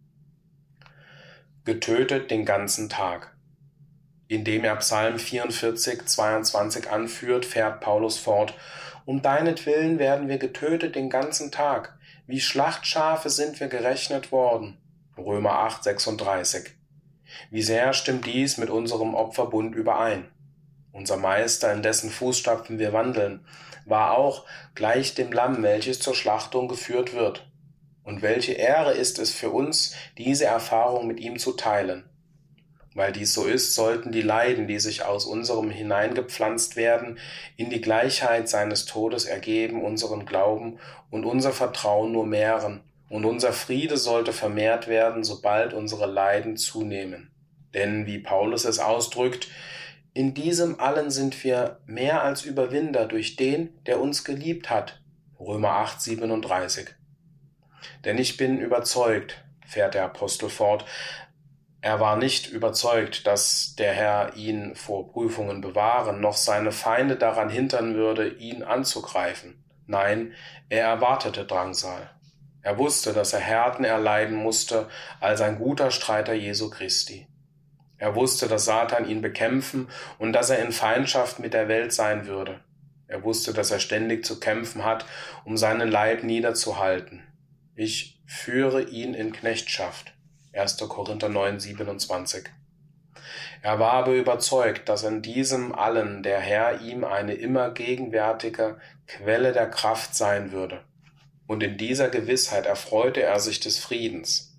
Getötet den ganzen Tag. Indem er Psalm vierundvierzig, zweiundzwanzig anführt, fährt Paulus fort: Um deinetwillen werden wir getötet den ganzen Tag, wie Schlachtschafe sind wir gerechnet worden. Römer acht, sechsunddreißig. Wie sehr stimmt dies mit unserem Opferbund überein? Unser Meister, in dessen Fußstapfen wir wandeln, war auch gleich dem Lamm, welches zur Schlachtung geführt wird. Und welche Ehre ist es für uns, diese Erfahrung mit ihm zu teilen. Weil dies so ist, sollten die Leiden, die sich aus unserem hineingepflanzt werden, in die Gleichheit seines Todes ergeben, unseren Glauben und unser Vertrauen nur mehren, und unser Friede sollte vermehrt werden, sobald unsere Leiden zunehmen. Denn, wie Paulus es ausdrückt, in diesem allen sind wir mehr als Überwinder durch den, der uns geliebt hat. Römer acht, siebenunddreißig. Denn ich bin überzeugt, fährt der Apostel fort, er war nicht überzeugt, dass der Herr ihn vor Prüfungen bewahren, noch seine Feinde daran hindern würde, ihn anzugreifen. Nein, er erwartete Drangsal. Er wusste, dass er Härten erleiden musste als ein guter Streiter Jesu Christi. Er wusste, dass Satan ihn bekämpfen und dass er in Feindschaft mit der Welt sein würde. Er wusste, dass er ständig zu kämpfen hat, um seinen Leib niederzuhalten. Ich führe ihn in Knechtschaft. erster Korinther neun, siebenundzwanzig. Er war aber überzeugt, dass in diesem allen der Herr ihm eine immer gegenwärtige Quelle der Kraft sein würde. Und in dieser Gewissheit erfreute er sich des Friedens.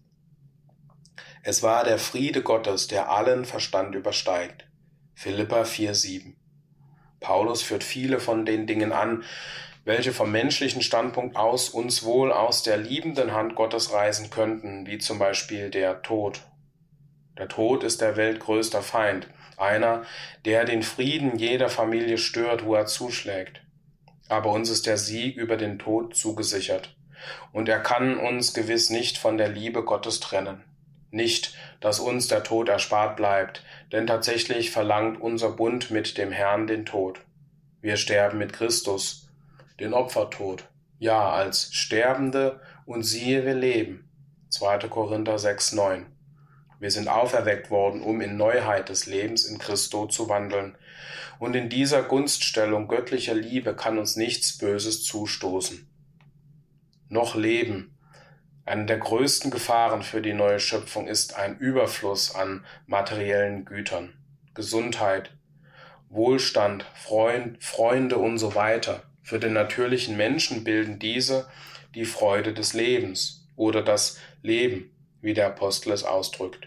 Es war der Friede Gottes, der allen Verstand übersteigt. Philipper vier, sieben. Paulus führt viele von den Dingen an, welche vom menschlichen Standpunkt aus uns wohl aus der liebenden Hand Gottes reißen könnten, wie zum Beispiel der Tod. Der Tod ist der weltgrößter Feind, einer, der den Frieden jeder Familie stört, wo er zuschlägt. Aber uns ist der Sieg über den Tod zugesichert, und er kann uns gewiss nicht von der Liebe Gottes trennen. Nicht, dass uns der Tod erspart bleibt, denn tatsächlich verlangt unser Bund mit dem Herrn den Tod. Wir sterben mit Christus, den Opfertod, ja, als Sterbende, und siehe, wir leben. zweiter Korinther sechs, neun. Wir sind auferweckt worden, um in Neuheit des Lebens in Christo zu wandeln. Und in dieser Gunststellung göttlicher Liebe kann uns nichts Böses zustoßen. Noch Leben. Eine der größten Gefahren für die neue Schöpfung ist ein Überfluss an materiellen Gütern, Gesundheit, Wohlstand, Freund, Freunde und so weiter. Für den natürlichen Menschen bilden diese die Freude des Lebens oder das Leben, wie der Apostel es ausdrückt.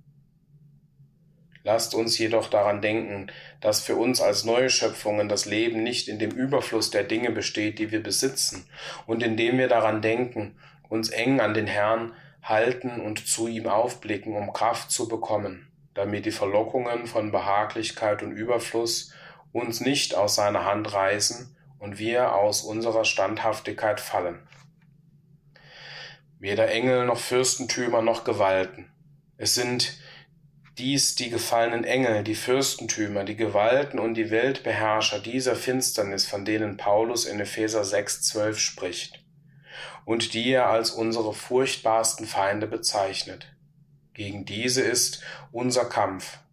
Lasst uns jedoch daran denken, dass für uns als neue Schöpfungen das Leben nicht in dem Überfluss der Dinge besteht, die wir besitzen, und indem wir daran denken, uns eng an den Herrn halten und zu ihm aufblicken, um Kraft zu bekommen, damit die Verlockungen von Behaglichkeit und Überfluss uns nicht aus seiner Hand reißen und wir aus unserer Standhaftigkeit fallen. Weder Engel noch Fürstentümer noch Gewalten. Es sind dies die gefallenen Engel, die Fürstentümer, die Gewalten und die Weltbeherrscher dieser Finsternis, von denen Paulus in Epheser sechs, zwölf spricht, und die er als unsere furchtbarsten Feinde bezeichnet. Gegen diese ist unser Kampf,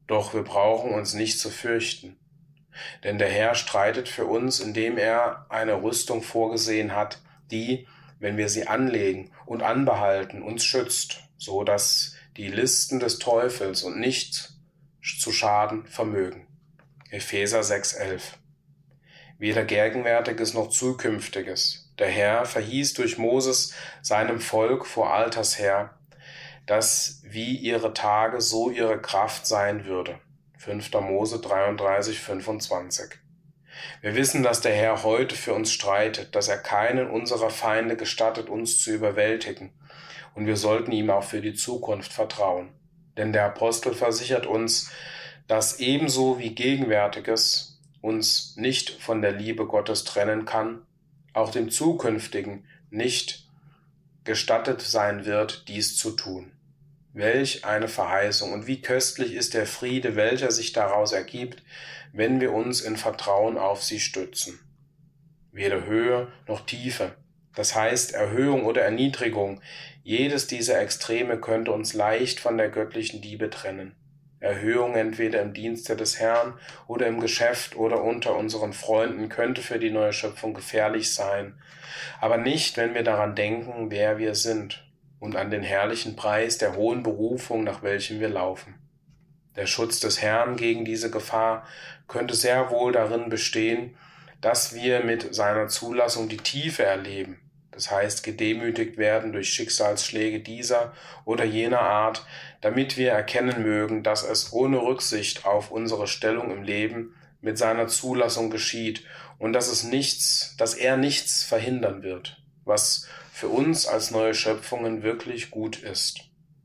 Doch wir brauchen uns nicht zu fürchten. Denn der Herr streitet für uns, indem er eine Rüstung vorgesehen hat, die, wenn wir sie anlegen und anbehalten, uns schützt, so dass die Listen des Teufels und nichts zu schaden vermögen. Epheser sechs elf. Weder Gegenwärtiges noch Zukünftiges. Der Herr verhieß durch Moses seinem Volk vor Alters her, dass wie ihre Tage, so ihre Kraft sein würde. fünfter Mose dreiunddreißig fünfundzwanzig. Wir wissen, dass der Herr heute für uns streitet, dass er keinen unserer Feinde gestattet, uns zu überwältigen. Und wir sollten ihm auch für die Zukunft vertrauen. Denn der Apostel versichert uns, dass ebenso wie Gegenwärtiges uns nicht von der Liebe Gottes trennen kann, auch dem Zukünftigen nicht gestattet sein wird, dies zu tun. Welch eine Verheißung und wie köstlich ist der Friede, welcher sich daraus ergibt, wenn wir uns in Vertrauen auf sie stützen. Weder Höhe noch Tiefe, das heißt Erhöhung oder Erniedrigung, jedes dieser Extreme könnte uns leicht von der göttlichen Liebe trennen. Erhöhung entweder im Dienste des Herrn oder im Geschäft oder unter unseren Freunden könnte für die neue Schöpfung gefährlich sein, aber nicht, wenn wir daran denken, wer wir sind und an den herrlichen Preis der hohen Berufung, nach welchem wir laufen. Der Schutz des Herrn gegen diese Gefahr könnte sehr wohl darin bestehen, dass wir mit seiner Zulassung die Tiefe erleben, das heißt gedemütigt werden durch Schicksalsschläge dieser oder jener Art, damit wir erkennen mögen, dass es ohne Rücksicht auf unsere Stellung im Leben mit seiner Zulassung geschieht und dass es nichts, dass er nichts verhindern wird, was für uns als neue Schöpfungen wirklich gut ist.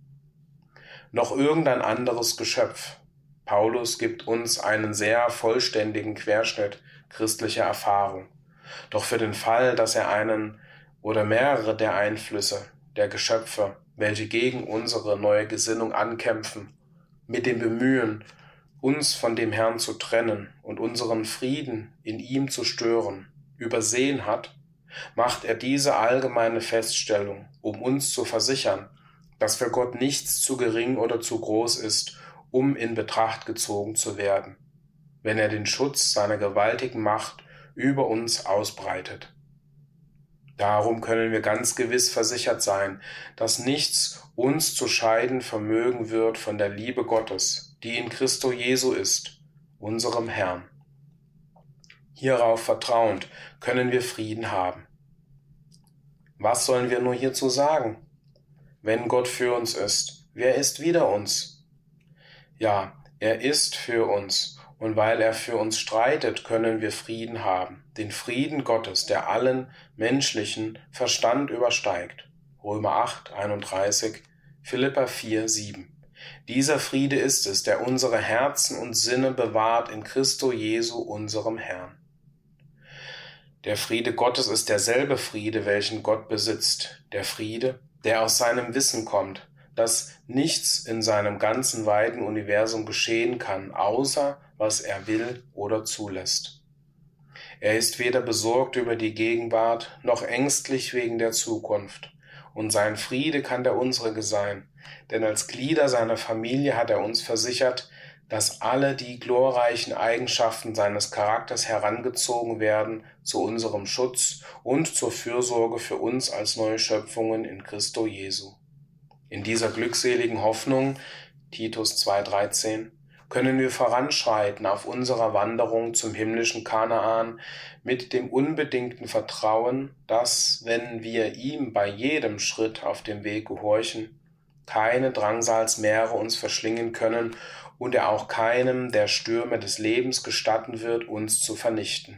Noch irgendein anderes Geschöpf. Paulus gibt uns einen sehr vollständigen Querschnitt christlicher Erfahrung. Doch für den Fall, dass er einen oder mehrere der Einflüsse, der Geschöpfe, welche gegen unsere neue Gesinnung ankämpfen, mit dem Bemühen, uns von dem Herrn zu trennen und unseren Frieden in ihm zu stören, übersehen hat, macht er diese allgemeine Feststellung, um uns zu versichern, dass für Gott nichts zu gering oder zu groß ist, um in Betracht gezogen zu werden, wenn er den Schutz seiner gewaltigen Macht über uns ausbreitet. Darum können wir ganz gewiss versichert sein, dass nichts uns zu scheiden vermögen wird von der Liebe Gottes, die in Christo Jesu ist, unserem Herrn. Hierauf vertrauend können wir Frieden haben. Was sollen wir nur hierzu sagen? Wenn Gott für uns ist, wer ist wider uns? Ja, er ist für uns, und weil er für uns streitet, können wir Frieden haben, den Frieden Gottes, der allen menschlichen Verstand übersteigt. Römer acht einunddreißig, Philipper vier sieben. Dieser Friede ist es, der unsere Herzen und Sinne bewahrt in Christo Jesu, unserem Herrn. Der Friede Gottes ist derselbe Friede, welchen Gott besitzt, der Friede, der aus seinem Wissen kommt, dass nichts in seinem ganzen weiten Universum geschehen kann, außer was er will oder zulässt. Er ist weder besorgt über die Gegenwart, noch ängstlich wegen der Zukunft, und sein Friede kann der unsrige sein, denn als Glieder seiner Familie hat er uns versichert, dass alle die glorreichen Eigenschaften seines Charakters herangezogen werden zu unserem Schutz und zur Fürsorge für uns als neue Schöpfungen in Christo Jesu. In dieser glückseligen Hoffnung, Titus zwei dreizehn, können wir voranschreiten auf unserer Wanderung zum himmlischen Kanaan mit dem unbedingten Vertrauen, dass, wenn wir ihm bei jedem Schritt auf dem Weg gehorchen, keine Drangsalsmeere uns verschlingen können und er auch keinem der Stürme des Lebens gestatten wird, uns zu vernichten.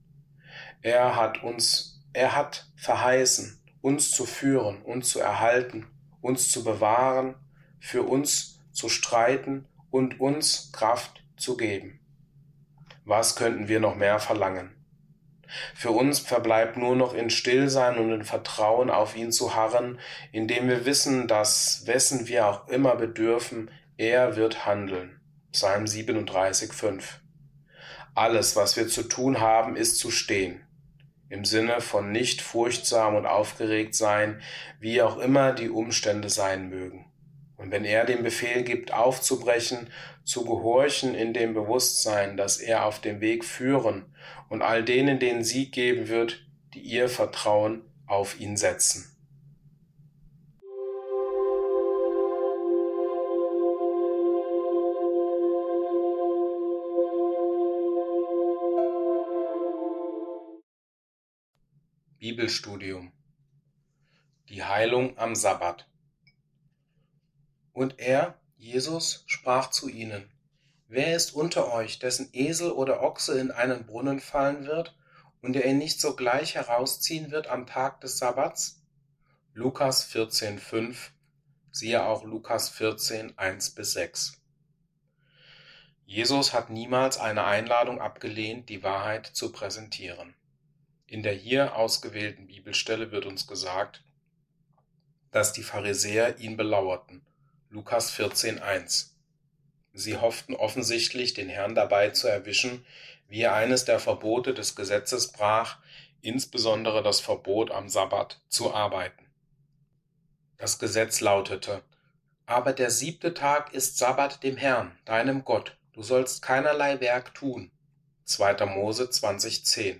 Er hat uns, er hat verheißen, uns zu führen, uns zu erhalten, uns zu bewahren, für uns zu streiten und uns Kraft zu geben. Was könnten wir noch mehr verlangen? Für uns verbleibt nur noch in Stillsein und in Vertrauen auf ihn zu harren, indem wir wissen, dass, wessen wir auch immer bedürfen, er wird handeln. Psalm siebenunddreißig fünf. Alles, was wir zu tun haben, ist zu stehen. Im Sinne von nicht furchtsam und aufgeregt sein, wie auch immer die Umstände sein mögen. Und wenn er den Befehl gibt, aufzubrechen, zu gehorchen in dem Bewusstsein, dass er auf dem Weg führen und all denen den Sieg geben wird, die ihr Vertrauen auf ihn setzen. Bibelstudium. Die Heilung am Sabbat. Und er, Jesus, sprach zu ihnen: Wer ist unter euch, dessen Esel oder Ochse in einen Brunnen fallen wird, und er ihn nicht sogleich herausziehen wird am Tag des Sabbats? Lukas vierzehn fünf, siehe auch Lukas vierzehn eins bis sechs. Jesus hat niemals eine Einladung abgelehnt, die Wahrheit zu präsentieren. In der hier ausgewählten Bibelstelle wird uns gesagt, dass die Pharisäer ihn belauerten. Lukas vierzehn eins. Sie hofften offensichtlich, den Herrn dabei zu erwischen, wie er eines der Verbote des Gesetzes brach, insbesondere das Verbot, am Sabbat zu arbeiten. Das Gesetz lautete: Aber der siebte Tag ist Sabbat dem Herrn, deinem Gott. Du sollst keinerlei Werk tun. zweiter Mose zwanzig zehn.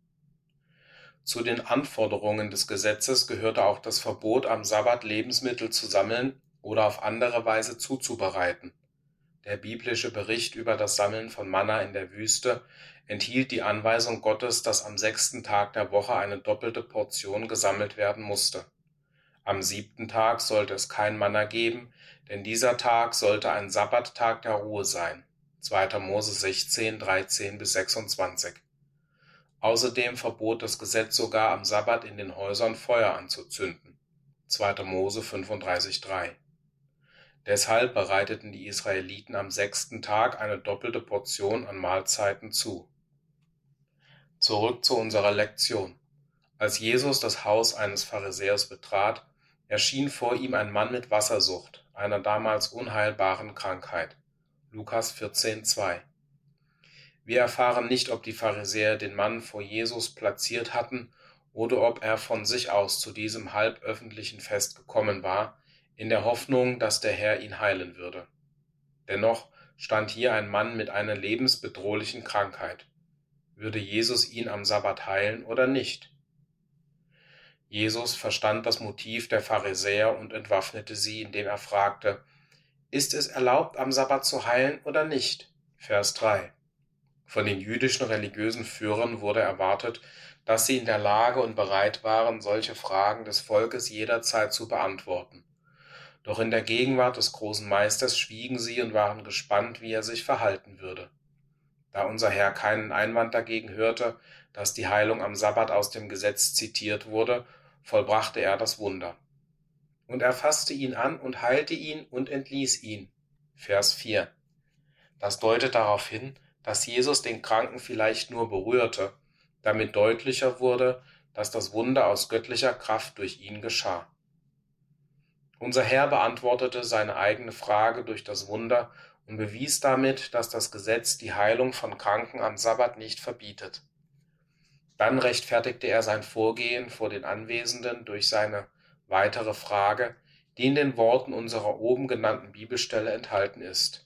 Zu den Anforderungen des Gesetzes gehörte auch das Verbot, am Sabbat Lebensmittel zu sammeln oder auf andere Weise zuzubereiten. Der biblische Bericht über das Sammeln von Manna in der Wüste enthielt die Anweisung Gottes, dass am sechsten Tag der Woche eine doppelte Portion gesammelt werden musste. Am siebten Tag sollte es kein Manna geben, denn dieser Tag sollte ein Sabbattag der Ruhe sein. zweiter Mose sechzehn dreizehn bis sechsundzwanzig. Außerdem verbot das Gesetz sogar, am Sabbat in den Häusern Feuer anzuzünden. zweiter Mose fünfunddreißig drei. Deshalb bereiteten die Israeliten am sechsten Tag eine doppelte Portion an Mahlzeiten zu. Zurück zu unserer Lektion. Als Jesus das Haus eines Pharisäers betrat, erschien vor ihm ein Mann mit Wassersucht, einer damals unheilbaren Krankheit. Lukas vierzehn zwei. Wir erfahren nicht, ob die Pharisäer den Mann vor Jesus platziert hatten oder ob er von sich aus zu diesem halböffentlichen Fest gekommen war, in der Hoffnung, dass der Herr ihn heilen würde. Dennoch stand hier ein Mann mit einer lebensbedrohlichen Krankheit. Würde Jesus ihn am Sabbat heilen oder nicht? Jesus verstand das Motiv der Pharisäer und entwaffnete sie, indem er fragte: Ist es erlaubt, am Sabbat zu heilen oder nicht? Vers drei. Von den jüdischen religiösen Führern wurde erwartet, dass sie in der Lage und bereit waren, solche Fragen des Volkes jederzeit zu beantworten. Doch in der Gegenwart des großen Meisters schwiegen sie und waren gespannt, wie er sich verhalten würde. Da unser Herr keinen Einwand dagegen hörte, dass die Heilung am Sabbat aus dem Gesetz zitiert wurde, vollbrachte er das Wunder. Und er fasste ihn an und heilte ihn und entließ ihn. Vers vier. Das deutet darauf hin, dass Jesus den Kranken vielleicht nur berührte, damit deutlicher wurde, dass das Wunder aus göttlicher Kraft durch ihn geschah. Unser Herr beantwortete seine eigene Frage durch das Wunder und bewies damit, dass das Gesetz die Heilung von Kranken am Sabbat nicht verbietet. Dann rechtfertigte er sein Vorgehen vor den Anwesenden durch seine weitere Frage, die in den Worten unserer oben genannten Bibelstelle enthalten ist.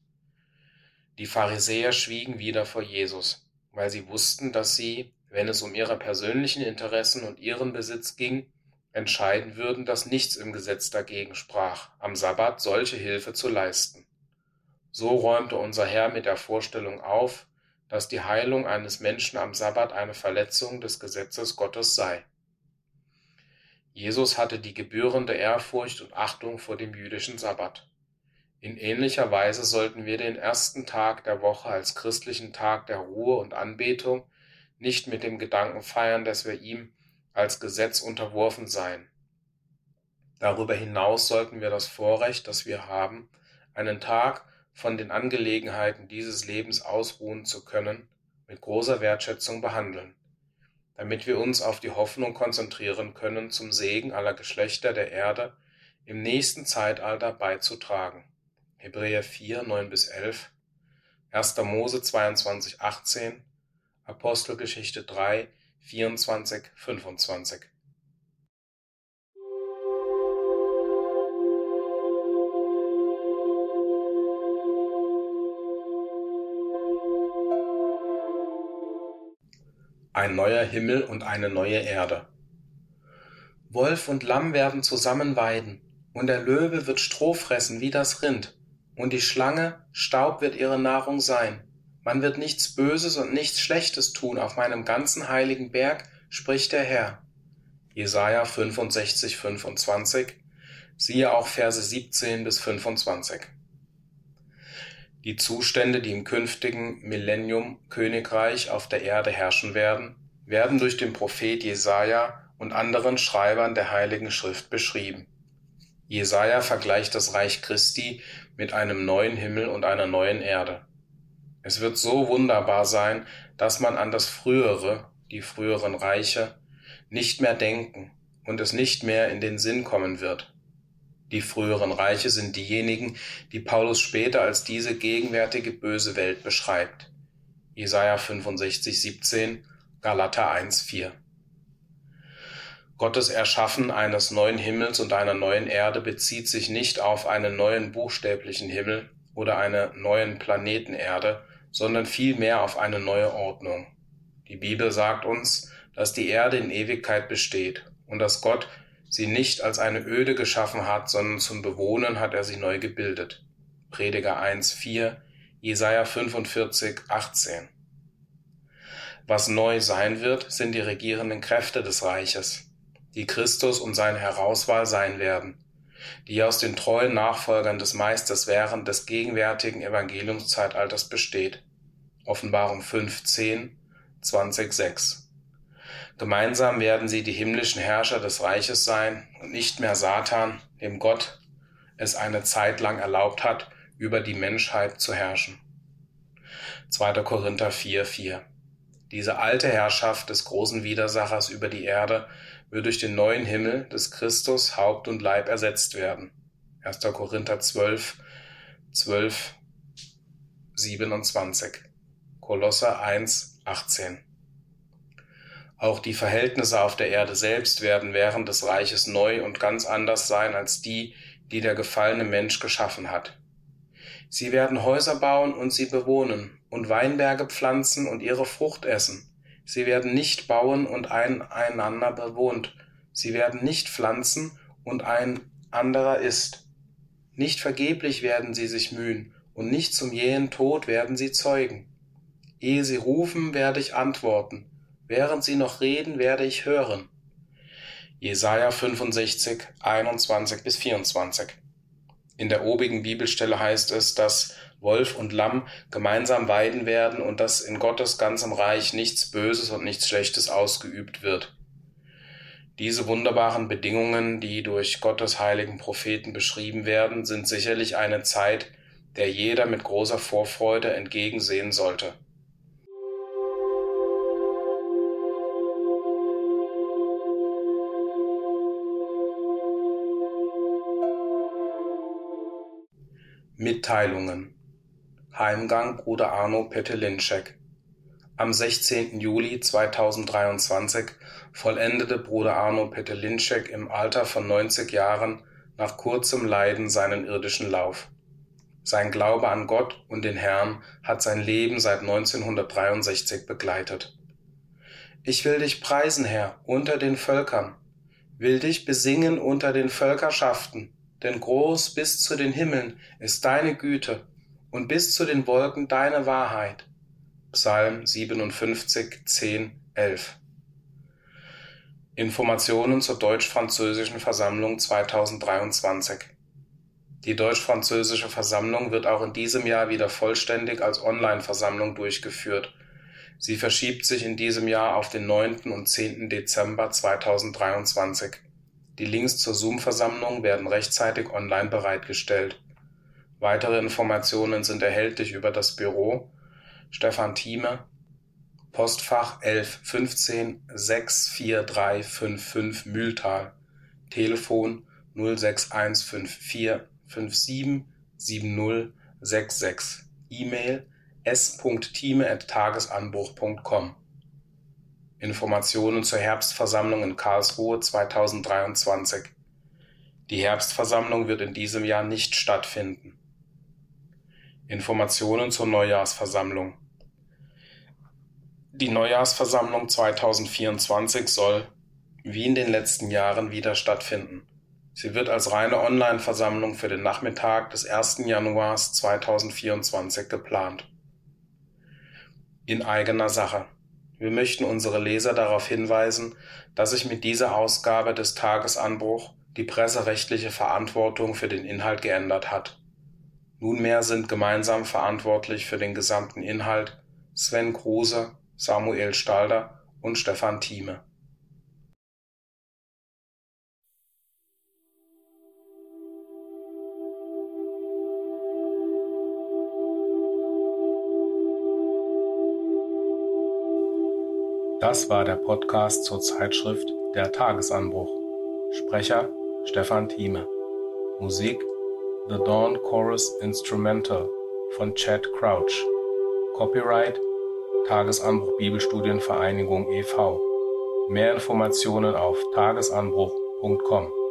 Die Pharisäer schwiegen wieder vor Jesus, weil sie wussten, dass sie, wenn es um ihre persönlichen Interessen und ihren Besitz ging, entscheiden würden, dass nichts im Gesetz dagegen sprach, am Sabbat solche Hilfe zu leisten. So räumte unser Herr mit der Vorstellung auf, dass die Heilung eines Menschen am Sabbat eine Verletzung des Gesetzes Gottes sei. Jesus hatte die gebührende Ehrfurcht und Achtung vor dem jüdischen Sabbat. In ähnlicher Weise sollten wir den ersten Tag der Woche als christlichen Tag der Ruhe und Anbetung nicht mit dem Gedanken feiern, dass wir ihm als Gesetz unterworfen seien. Darüber hinaus sollten wir das Vorrecht, das wir haben, einen Tag von den Angelegenheiten dieses Lebens ausruhen zu können, mit großer Wertschätzung behandeln, damit wir uns auf die Hoffnung konzentrieren können, zum Segen aller Geschlechter der Erde im nächsten Zeitalter beizutragen. Hebräer vier neun bis elf, erster Mose zweiundzwanzig achtzehn, Apostelgeschichte drei vierundzwanzig fünfundzwanzig. ein neuer Himmel und eine neue Erde. Wolf und Lamm werden zusammen weiden, und der Löwe wird Stroh fressen wie das Rind, und die Schlange, Staub wird ihre Nahrung sein. Man wird nichts Böses und nichts Schlechtes tun auf meinem ganzen heiligen Berg, spricht der Herr. Jesaja fünfundsechzig, fünfundzwanzig, siehe auch Verse siebzehn bis fünfundzwanzig. Die Zustände, die im künftigen Millennium-Königreich auf der Erde herrschen werden, werden durch den Prophet Jesaja und anderen Schreibern der Heiligen Schrift beschrieben. Jesaja vergleicht das Reich Christi mit einem neuen Himmel und einer neuen Erde. Es wird so wunderbar sein, dass man an das Frühere, die früheren Reiche, nicht mehr denken und es nicht mehr in den Sinn kommen wird. Die früheren Reiche sind diejenigen, die Paulus später als diese gegenwärtige böse Welt beschreibt. Jesaja fünfundsechzig, siebzehn, Galater eins, vier. Gottes Erschaffen eines neuen Himmels und einer neuen Erde bezieht sich nicht auf einen neuen buchstäblichen Himmel oder eine neuen Planeten Erde, sondern vielmehr auf eine neue Ordnung. Die Bibel sagt uns, dass die Erde in Ewigkeit besteht und dass Gott sie nicht als eine Öde geschaffen hat, sondern zum Bewohnen hat er sie neu gebildet. Prediger eins, vier, Jesaja fünfundvierzig, achtzehn. Was neu sein wird, sind die regierenden Kräfte des Reiches, die Christus und seine Herauswahl sein werden, die aus den treuen Nachfolgern des Meisters während des gegenwärtigen Evangeliumszeitalters besteht. Offenbarung fünf, zehn, zwanzig, sechs. Gemeinsam werden sie die himmlischen Herrscher des Reiches sein und nicht mehr Satan, dem Gott es eine Zeit lang erlaubt hat, über die Menschheit zu herrschen. zweiter Korinther vier, vier. Diese alte Herrschaft des großen Widersachers über die Erde wird durch den neuen Himmel des Christus Haupt und Leib ersetzt werden. erster Korinther zwölf, zwölf, siebenundzwanzig. Kolosser eins, achtzehn. Auch die Verhältnisse auf der Erde selbst werden während des Reiches neu und ganz anders sein als die, die der gefallene Mensch geschaffen hat. Sie werden Häuser bauen und sie bewohnen und Weinberge pflanzen und ihre Frucht essen. Sie werden nicht bauen und ein einander bewohnt. Sie werden nicht pflanzen und ein anderer isst. Nicht vergeblich werden sie sich mühen und nicht zum jähen Tod werden sie zeugen. Ehe sie rufen, werde ich antworten. Während sie noch reden, werde ich hören. Jesaja fünfundsechzig, einundzwanzig bis vierundzwanzig. In der obigen Bibelstelle heißt es, dass Wolf und Lamm gemeinsam weiden werden und dass in Gottes ganzem Reich nichts Böses und nichts Schlechtes ausgeübt wird. Diese wunderbaren Bedingungen, die durch Gottes heiligen Propheten beschrieben werden, sind sicherlich eine Zeit, der jeder mit großer Vorfreude entgegensehen sollte. Mitteilungen. Heimgang Bruder Arno Petelinschek. Am sechzehnten Juli zweitausenddreiundzwanzig vollendete Bruder Arno Petelinschek im Alter von neunzig Jahren nach kurzem Leiden seinen irdischen Lauf. Sein Glaube an Gott und den Herrn hat sein Leben seit neunzehnhundertdreiundsechzig begleitet. Ich will dich preisen, Herr, unter den Völkern, will dich besingen unter den Völkerschaften, denn groß bis zu den Himmeln ist deine Güte und bis zu den Wolken deine Wahrheit. Psalm siebenundfünfzig, zehn, elf. Informationen zur Deutsch-Französischen Versammlung zweitausenddreiundzwanzig. Die Deutsch-Französische Versammlung wird auch in diesem Jahr wieder vollständig als Online-Versammlung durchgeführt. Sie verschiebt sich in diesem Jahr auf den neunten und zehnten Dezember zweitausenddreiundzwanzig. Die Links zur Zoom-Versammlung werden rechtzeitig online bereitgestellt. Weitere Informationen sind erhältlich über das Büro Stefan Thieme, Postfach elf fünfzehn sechs vier drei fünf fünf Mühltal, Telefon null sechs eins fünf vier fünf sieben sieben null sechs sechs, E-Mail s punkt thieme at tagesanbruch punkt com. Informationen zur Herbstversammlung in Karlsruhe zweitausenddreiundzwanzig. Die Herbstversammlung wird in diesem Jahr nicht stattfinden. Informationen zur Neujahrsversammlung. Die Neujahrsversammlung zweitausendvierundzwanzig soll, wie in den letzten Jahren, wieder stattfinden. Sie wird als reine Online-Versammlung für den Nachmittag des ersten Januars zweitausendvierundzwanzig geplant. In eigener Sache. Wir möchten unsere Leser darauf hinweisen, dass sich mit dieser Ausgabe des Tagesanbruch die presserechtliche Verantwortung für den Inhalt geändert hat. Nunmehr sind gemeinsam verantwortlich für den gesamten Inhalt Sven Kruse, Samuel Stalder und Stefan Thieme. Das war der Podcast zur Zeitschrift Der Tagesanbruch. Sprecher Stefan Thieme. Musik The Dawn Chorus Instrumental von Chad Crouch. Copyright Tagesanbruch Bibelstudienvereinigung e V. Mehr Informationen auf tagesanbruch punkt com.